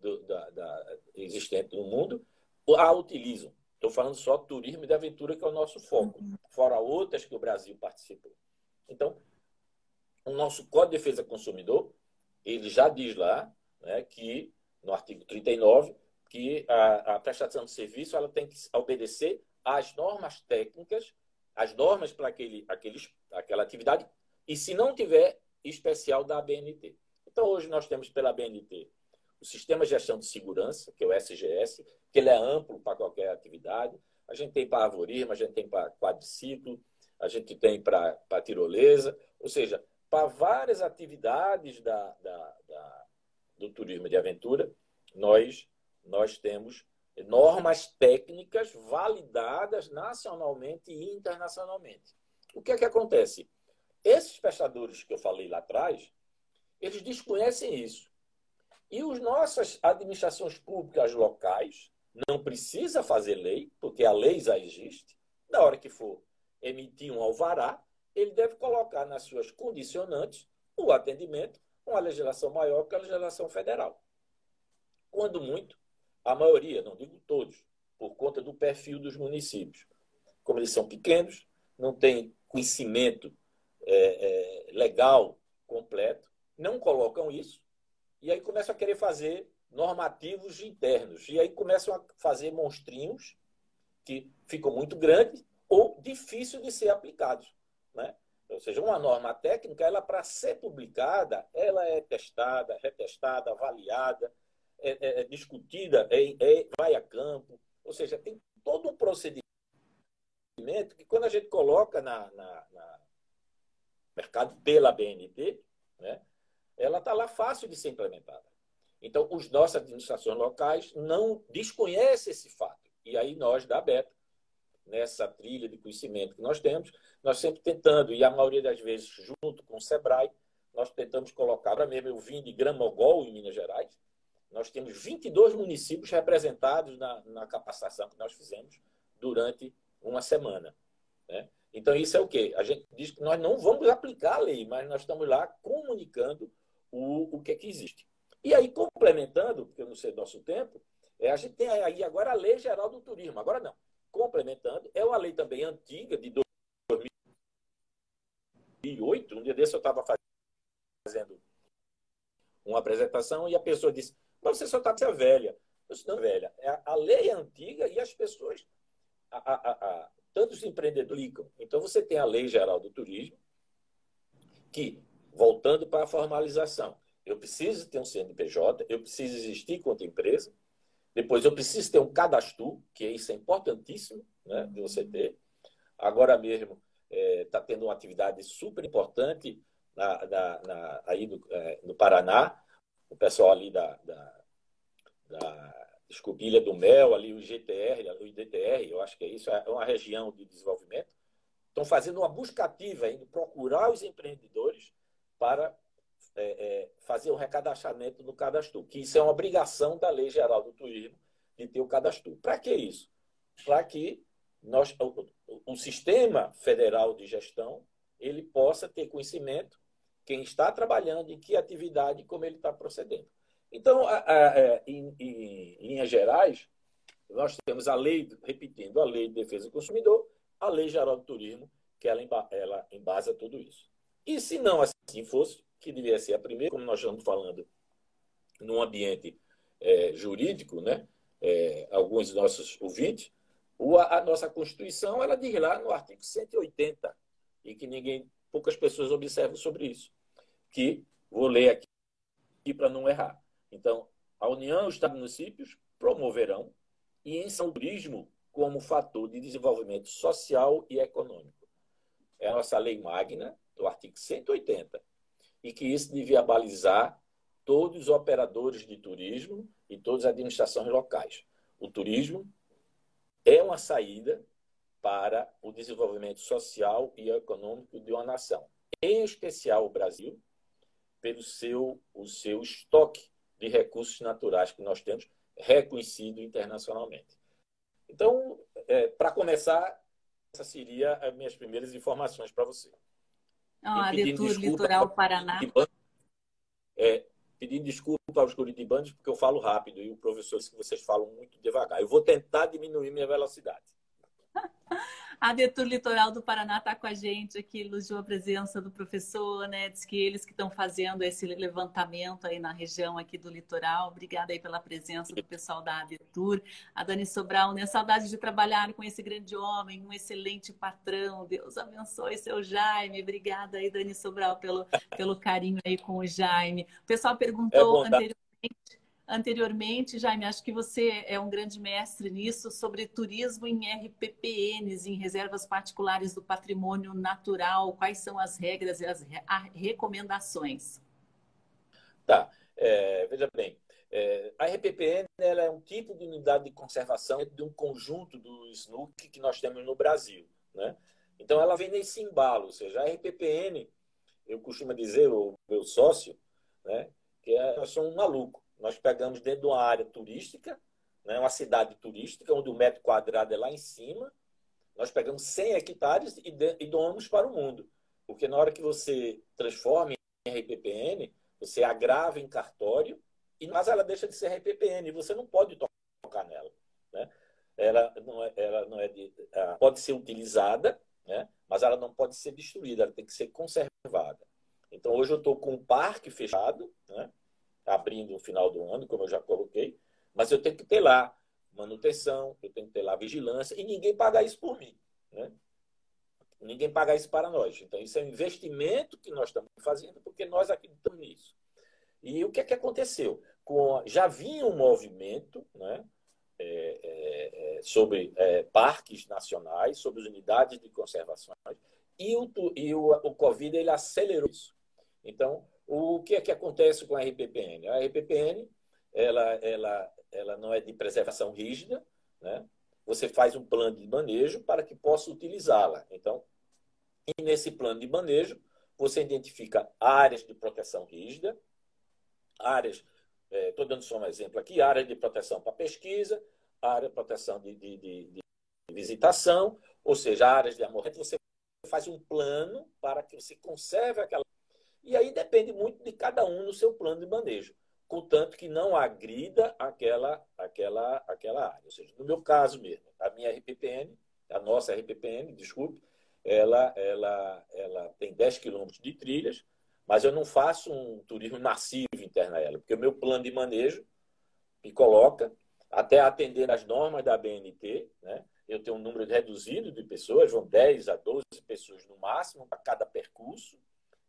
existentes no mundo a utilizam. Estou falando só turismo e de aventura, que é o nosso foco, fora outras que o Brasil participou. Então, o nosso Código de Defesa do Consumidor, ele já diz lá, né, que, no artigo 39, que a prestação de serviço ela tem que obedecer às normas técnicas, às normas para aquela atividade, e se não tiver, especial da ABNT. Então, hoje nós temos pela ABNT o Sistema de Gestão de Segurança, que é o SGS, que ele é amplo para qualquer atividade. A gente tem para arvorismo, a gente tem para quadriciclo, a gente tem para tirolesa, ou seja, para várias atividades do turismo de aventura, nós temos normas técnicas validadas nacionalmente e internacionalmente. O que é que acontece? Esses prestadores que eu falei lá atrás, eles desconhecem isso. E as nossas administrações públicas locais não precisam fazer lei, porque a lei já existe. Na hora que for emitir um alvará, ele deve colocar nas suas condicionantes o atendimento com a legislação maior que a legislação federal. Quando muito, a maioria, não digo todos, por conta do perfil dos municípios. Como eles são pequenos, não têm conhecimento legal completo, não colocam isso, e aí começam a querer fazer normativos internos, e aí começam a fazer monstrinhos que ficam muito grandes ou difíceis de ser aplicados, né? Ou seja, uma norma técnica, ela para ser publicada, ela é testada, retestada, avaliada, discutida, vai a campo, ou seja, tem todo um procedimento que quando a gente coloca no mercado pela BNT, né, ela está lá fácil de ser implementada. Então, as nossas administrações locais não desconhecem esse fato. E aí nós, da Beta, nessa trilha de conhecimento que nós temos, nós sempre tentando, e a maioria das vezes junto com o SEBRAE, nós tentamos colocar, agora mesmo eu vim de Gramogol, em Minas Gerais, nós temos 22 municípios representados na capacitação que nós fizemos durante uma semana, né? Então, isso é o quê? A gente diz que nós não vamos aplicar a lei, mas nós estamos lá comunicando o que é que existe. E aí, complementando, porque eu não sei do nosso tempo, a gente tem aí agora a Lei Geral do Turismo. Agora não. Complementando, é uma lei também antiga, de 2008. Um dia desse eu estava fazendo uma apresentação e a pessoa disse, mas você só está com velha. Eu disse, não, velha. A lei é antiga e as pessoas, tanto os empreendedores ligam. Então, você tem a Lei Geral do Turismo, que voltando para a formalização. Eu preciso ter um CNPJ, eu preciso existir contra empresa, depois eu preciso ter um cadastro, que isso é importantíssimo, né, de você ter. Agora mesmo está tendo uma atividade super importante aí no Paraná, o pessoal ali da Escobilha do Mel, ali o IDTR, eu acho que é isso, é uma região de desenvolvimento, estão fazendo uma busca ativa, indo procurar os empreendedores para fazer o recadastramento do cadastro, que isso é uma obrigação da Lei Geral do Turismo de ter o cadastro. Para que isso? Para que o sistema federal de gestão ele possa ter conhecimento quem está trabalhando, em que atividade e como ele está procedendo. Então, em linhas gerais, nós temos a lei, repetindo, a Lei de Defesa do Consumidor, a Lei Geral do Turismo, que ela embasa tudo isso. E se não assim fosse, que deveria ser a primeira, como nós estamos falando num ambiente jurídico, né? Alguns dos nossos ouvintes, a nossa Constituição, ela diz lá no artigo 180, e que poucas pessoas observam sobre isso, que, vou ler aqui para não errar. Então, a União e os Estados e municípios promoverão e ensinam o turismo como fator de desenvolvimento social e econômico. É a nossa lei magna, do artigo 180, e que isso devia balizar todos os operadores de turismo e todas as administrações locais. O turismo é uma saída para o desenvolvimento social e econômico de uma nação, em especial o Brasil, pelo o seu estoque de recursos naturais que nós temos, reconhecido internacionalmente. Então, para começar, essas seriam as minhas primeiras informações para você. A Detur Litoral Paraná. Pedindo desculpa aos curitibanos, porque eu falo rápido e o professor disse que vocês falam muito devagar. Eu vou tentar diminuir minha velocidade. A Detur Litoral do Paraná está com a gente aqui, elogiou a presença do professor, né? Diz que eles que estão fazendo esse levantamento aí na região aqui do litoral. Obrigada aí pela presença do pessoal da Detur. A Dani Sobral, né? Saudade de trabalhar com esse grande homem, um excelente patrão. Deus abençoe seu Jaime. Obrigada aí, Dani Sobral, pelo carinho aí com o Jaime. O pessoal perguntou anteriormente, Jaime, acho que você é um grande mestre nisso, sobre turismo em RPPNs, em reservas particulares do patrimônio natural. Quais são as regras e as recomendações? Tá. Veja bem, a RPPN ela é um tipo de unidade de conservação de um conjunto do SNUC que nós temos no Brasil, né? Então, ela vem nesse embalo, ou seja, a RPPN, eu costumo dizer, o meu sócio, né, que nós somos um maluco. Nós pegamos dentro de uma área turística, né, uma cidade turística, onde o metro quadrado é lá em cima, nós pegamos 100 hectares e doamos para o mundo. Porque na hora que você transforma em RPPN, você agrava em cartório, mas ela deixa de ser RPPN, você não pode tocar nela, né? Ela pode ser utilizada, né, mas ela não pode ser destruída, ela tem que ser conservada. Então, hoje eu estou com um parque fechado, né, abrindo no final do ano, como eu já coloquei, mas eu tenho que ter lá manutenção, eu tenho que ter lá vigilância, e ninguém paga isso por mim, né? Ninguém paga isso para nós. Então, isso é um investimento que nós estamos fazendo, porque nós acreditamos nisso. E o que é que aconteceu? Já vinha um movimento, né, sobre parques nacionais, sobre as unidades de conservação, e o Covid ele acelerou isso. Então, o que é que acontece com a RPPN? A RPPN ela não é de preservação rígida, né? Você faz um plano de manejo para que possa utilizá-la. Então, e nesse plano de manejo, você identifica áreas de proteção rígida, áreas, estou dando só um exemplo aqui, áreas de proteção para pesquisa, área de proteção de visitação, ou seja, áreas de amorrente. Você faz um plano para que você conserve aquela. E aí depende muito de cada um no seu plano de manejo, contanto que não agrida aquela área. Ou seja, no meu caso mesmo, a minha RPPN, a nossa RPPN, desculpe, ela tem 10 quilômetros de trilhas, mas eu não faço um turismo massivo interno a ela, porque o meu plano de manejo me coloca, até atender as normas da BNT, né? Eu tenho um número reduzido de pessoas, vão 10 a 12 pessoas no máximo para cada percurso,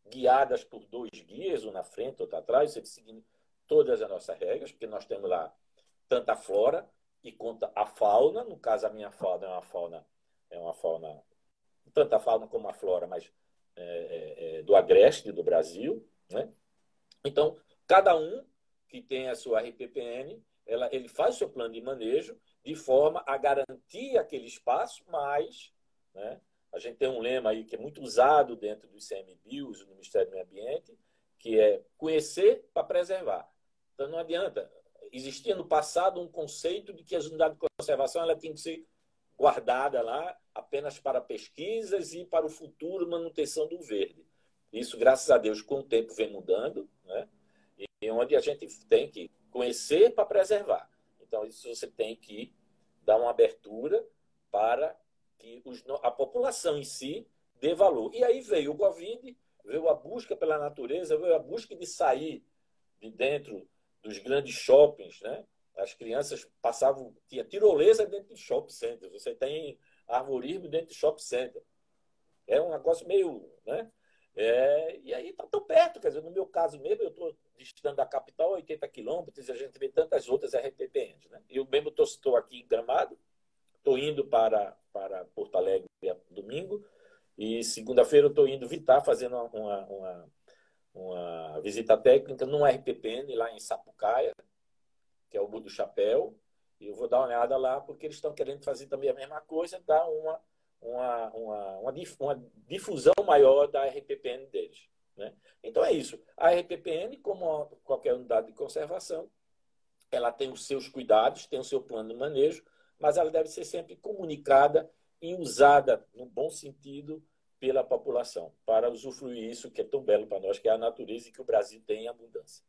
guiadas por 2 guias, um na frente, outro atrás, sempre seguindo todas as nossas regras, porque nós temos lá tanto a flora e quanto a fauna. No caso, a minha fauna é uma fauna, tanto a fauna como a flora, mas do agreste do Brasil, né? Então, cada um que tem a sua RPPN, ele faz o seu plano de manejo de forma a garantir aquele espaço, mas, né, a gente tem um lema aí que é muito usado dentro do ICMBio, do Ministério do Meio Ambiente, que é conhecer para preservar. Então, não adianta. Existia no passado um conceito de que as unidades de conservação ela tem que ser guardada lá apenas para pesquisas e para o futuro manutenção do verde. Isso, graças a Deus, com o tempo vem mudando, né? E onde a gente tem que conhecer para preservar. Então, isso você tem que dar uma abertura para que a população em si dê valor. E aí veio o Covid, veio a busca pela natureza, veio a busca de sair de dentro dos grandes shoppings, né? As crianças passavam, tinha tirolesa dentro de shopping center, você tem arvorismo dentro de shopping center. É um negócio meio, né? E aí está tão perto, quer dizer, no meu caso mesmo, eu estou distante da capital 80 quilômetros e a gente vê tantas outras RPPNs, né? Eu mesmo estou aqui em Gramado, estou indo para Porto Alegre domingo e segunda-feira eu estou indo visitar, fazendo uma visita técnica num RPPN lá em Sapucaia, que é o Morro do Chapéu, e eu vou dar uma olhada lá porque eles estão querendo fazer também a mesma coisa, dar uma difusão maior da RPPN deles, né? Então é isso. A RPPN, como qualquer unidade de conservação, ela tem os seus cuidados, tem o seu plano de manejo, mas ela deve ser sempre comunicada e usada no bom sentido pela população, para usufruir isso que é tão belo para nós, que é a natureza e que o Brasil tem em abundância.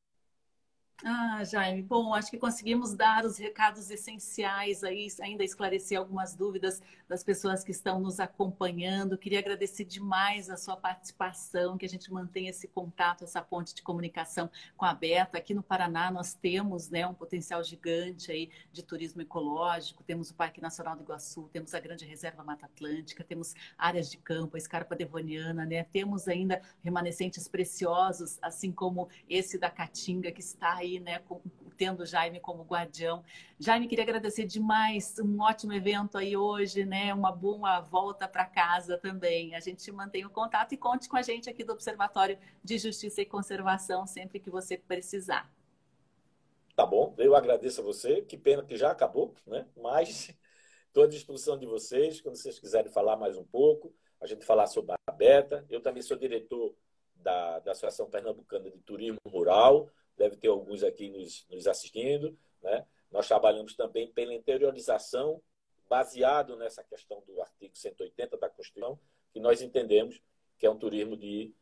Ah, Jaime, bom, acho que conseguimos dar os recados essenciais aí, ainda esclarecer algumas dúvidas das pessoas que estão nos acompanhando. Queria agradecer demais a sua participação, que a gente mantenha esse contato, essa ponte de comunicação com a Beta. Aqui no Paraná nós temos, né, um potencial gigante aí de turismo ecológico, temos o Parque Nacional do Iguaçu, temos a Grande Reserva Mata Atlântica, temos áreas de campo, a Escarpa Devoniana, né? Temos ainda remanescentes preciosos, assim como esse da Caatinga, que está aí, né, tendo o Jaime como guardião. Jaime, queria agradecer demais, um ótimo evento aí hoje, né, uma boa volta para casa também. A gente mantém o contato e conte com a gente aqui do Observatório de Justiça e Conservação sempre que você precisar. Tá bom, eu agradeço a você, que pena que já acabou, né? Mas estou à disposição de vocês, quando vocês quiserem falar mais um pouco, a gente falar sobre a Beta. Eu também sou diretor da Associação Pernambucana de Turismo Rural, deve ter alguns aqui nos assistindo, né? Nós trabalhamos também pela interiorização, baseado nessa questão do artigo 180 da Constituição, que nós entendemos que é um turismo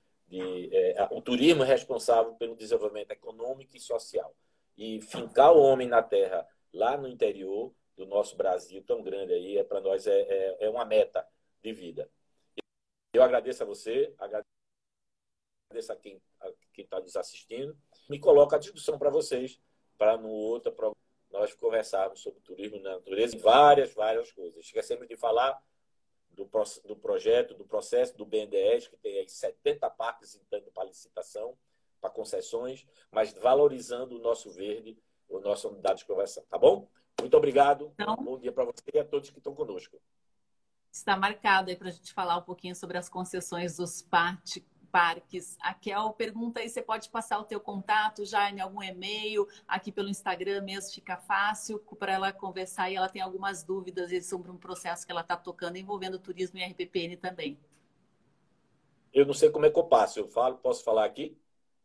um turismo responsável pelo desenvolvimento econômico e social. E fincar o homem na terra, lá no interior do nosso Brasil, tão grande aí, para nós é uma meta de vida. Eu agradeço a você, agradeço a quem está nos assistindo, me coloco à discussão para vocês, para no outro programa nós conversarmos sobre turismo na natureza e várias coisas. Esquecemos de falar do projeto, do processo do BNDES, que tem aí 70 parques entrando para licitação, para concessões, mas valorizando o nosso verde, a nossa unidade de conversa. Tá bom? Muito obrigado. Então, bom dia para você e a todos que estão conosco. Está marcado aí para a gente falar um pouquinho sobre as concessões dos parques. A Kel pergunta aí, você pode passar o teu contato já em algum e-mail, aqui pelo Instagram mesmo, fica fácil para ela conversar e ela tem algumas dúvidas sobre um processo que ela está tocando envolvendo turismo e RPPN também. Eu não sei como é que eu passo, posso falar aqui?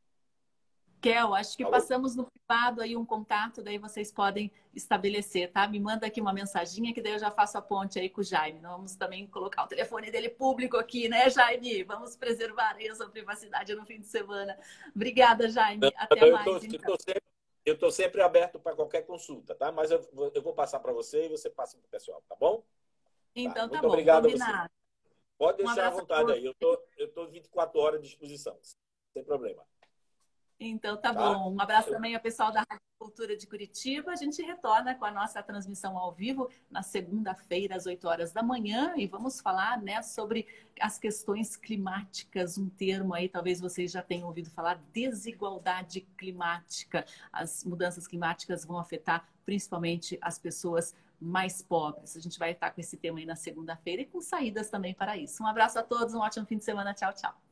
Kel, acho que Alô? passamos no privado aí um contato, daí vocês podem estabelecer, tá? Me manda aqui uma mensaginha que daí eu já faço a ponte aí com o Jaime. Vamos também colocar o telefone dele público aqui, né, Jaime? Vamos preservar aí a sua privacidade no fim de semana. Obrigada, Jaime. Até mais. Eu estou sempre aberto para qualquer consulta, tá? Mas eu vou passar para você e você passa para o pessoal, tá bom? Então tá muito bom, obrigado combinado. a você. Pode deixar à vontade aí. Eu tô 24 horas à disposição, sem problema. Então tá Tá? bom. Um abraço também ao pessoal da Rádio Cultura de Curitiba. A gente retorna com a nossa transmissão ao vivo na segunda-feira, às 8 horas da manhã, e vamos falar, né, sobre as questões climáticas, um termo aí, talvez vocês já tenham ouvido falar, desigualdade climática. As mudanças climáticas vão afetar principalmente as pessoas mais pobres. A gente vai estar com esse tema aí na segunda-feira e com saídas também para isso. Um abraço a todos, um ótimo fim de semana. Tchau, tchau.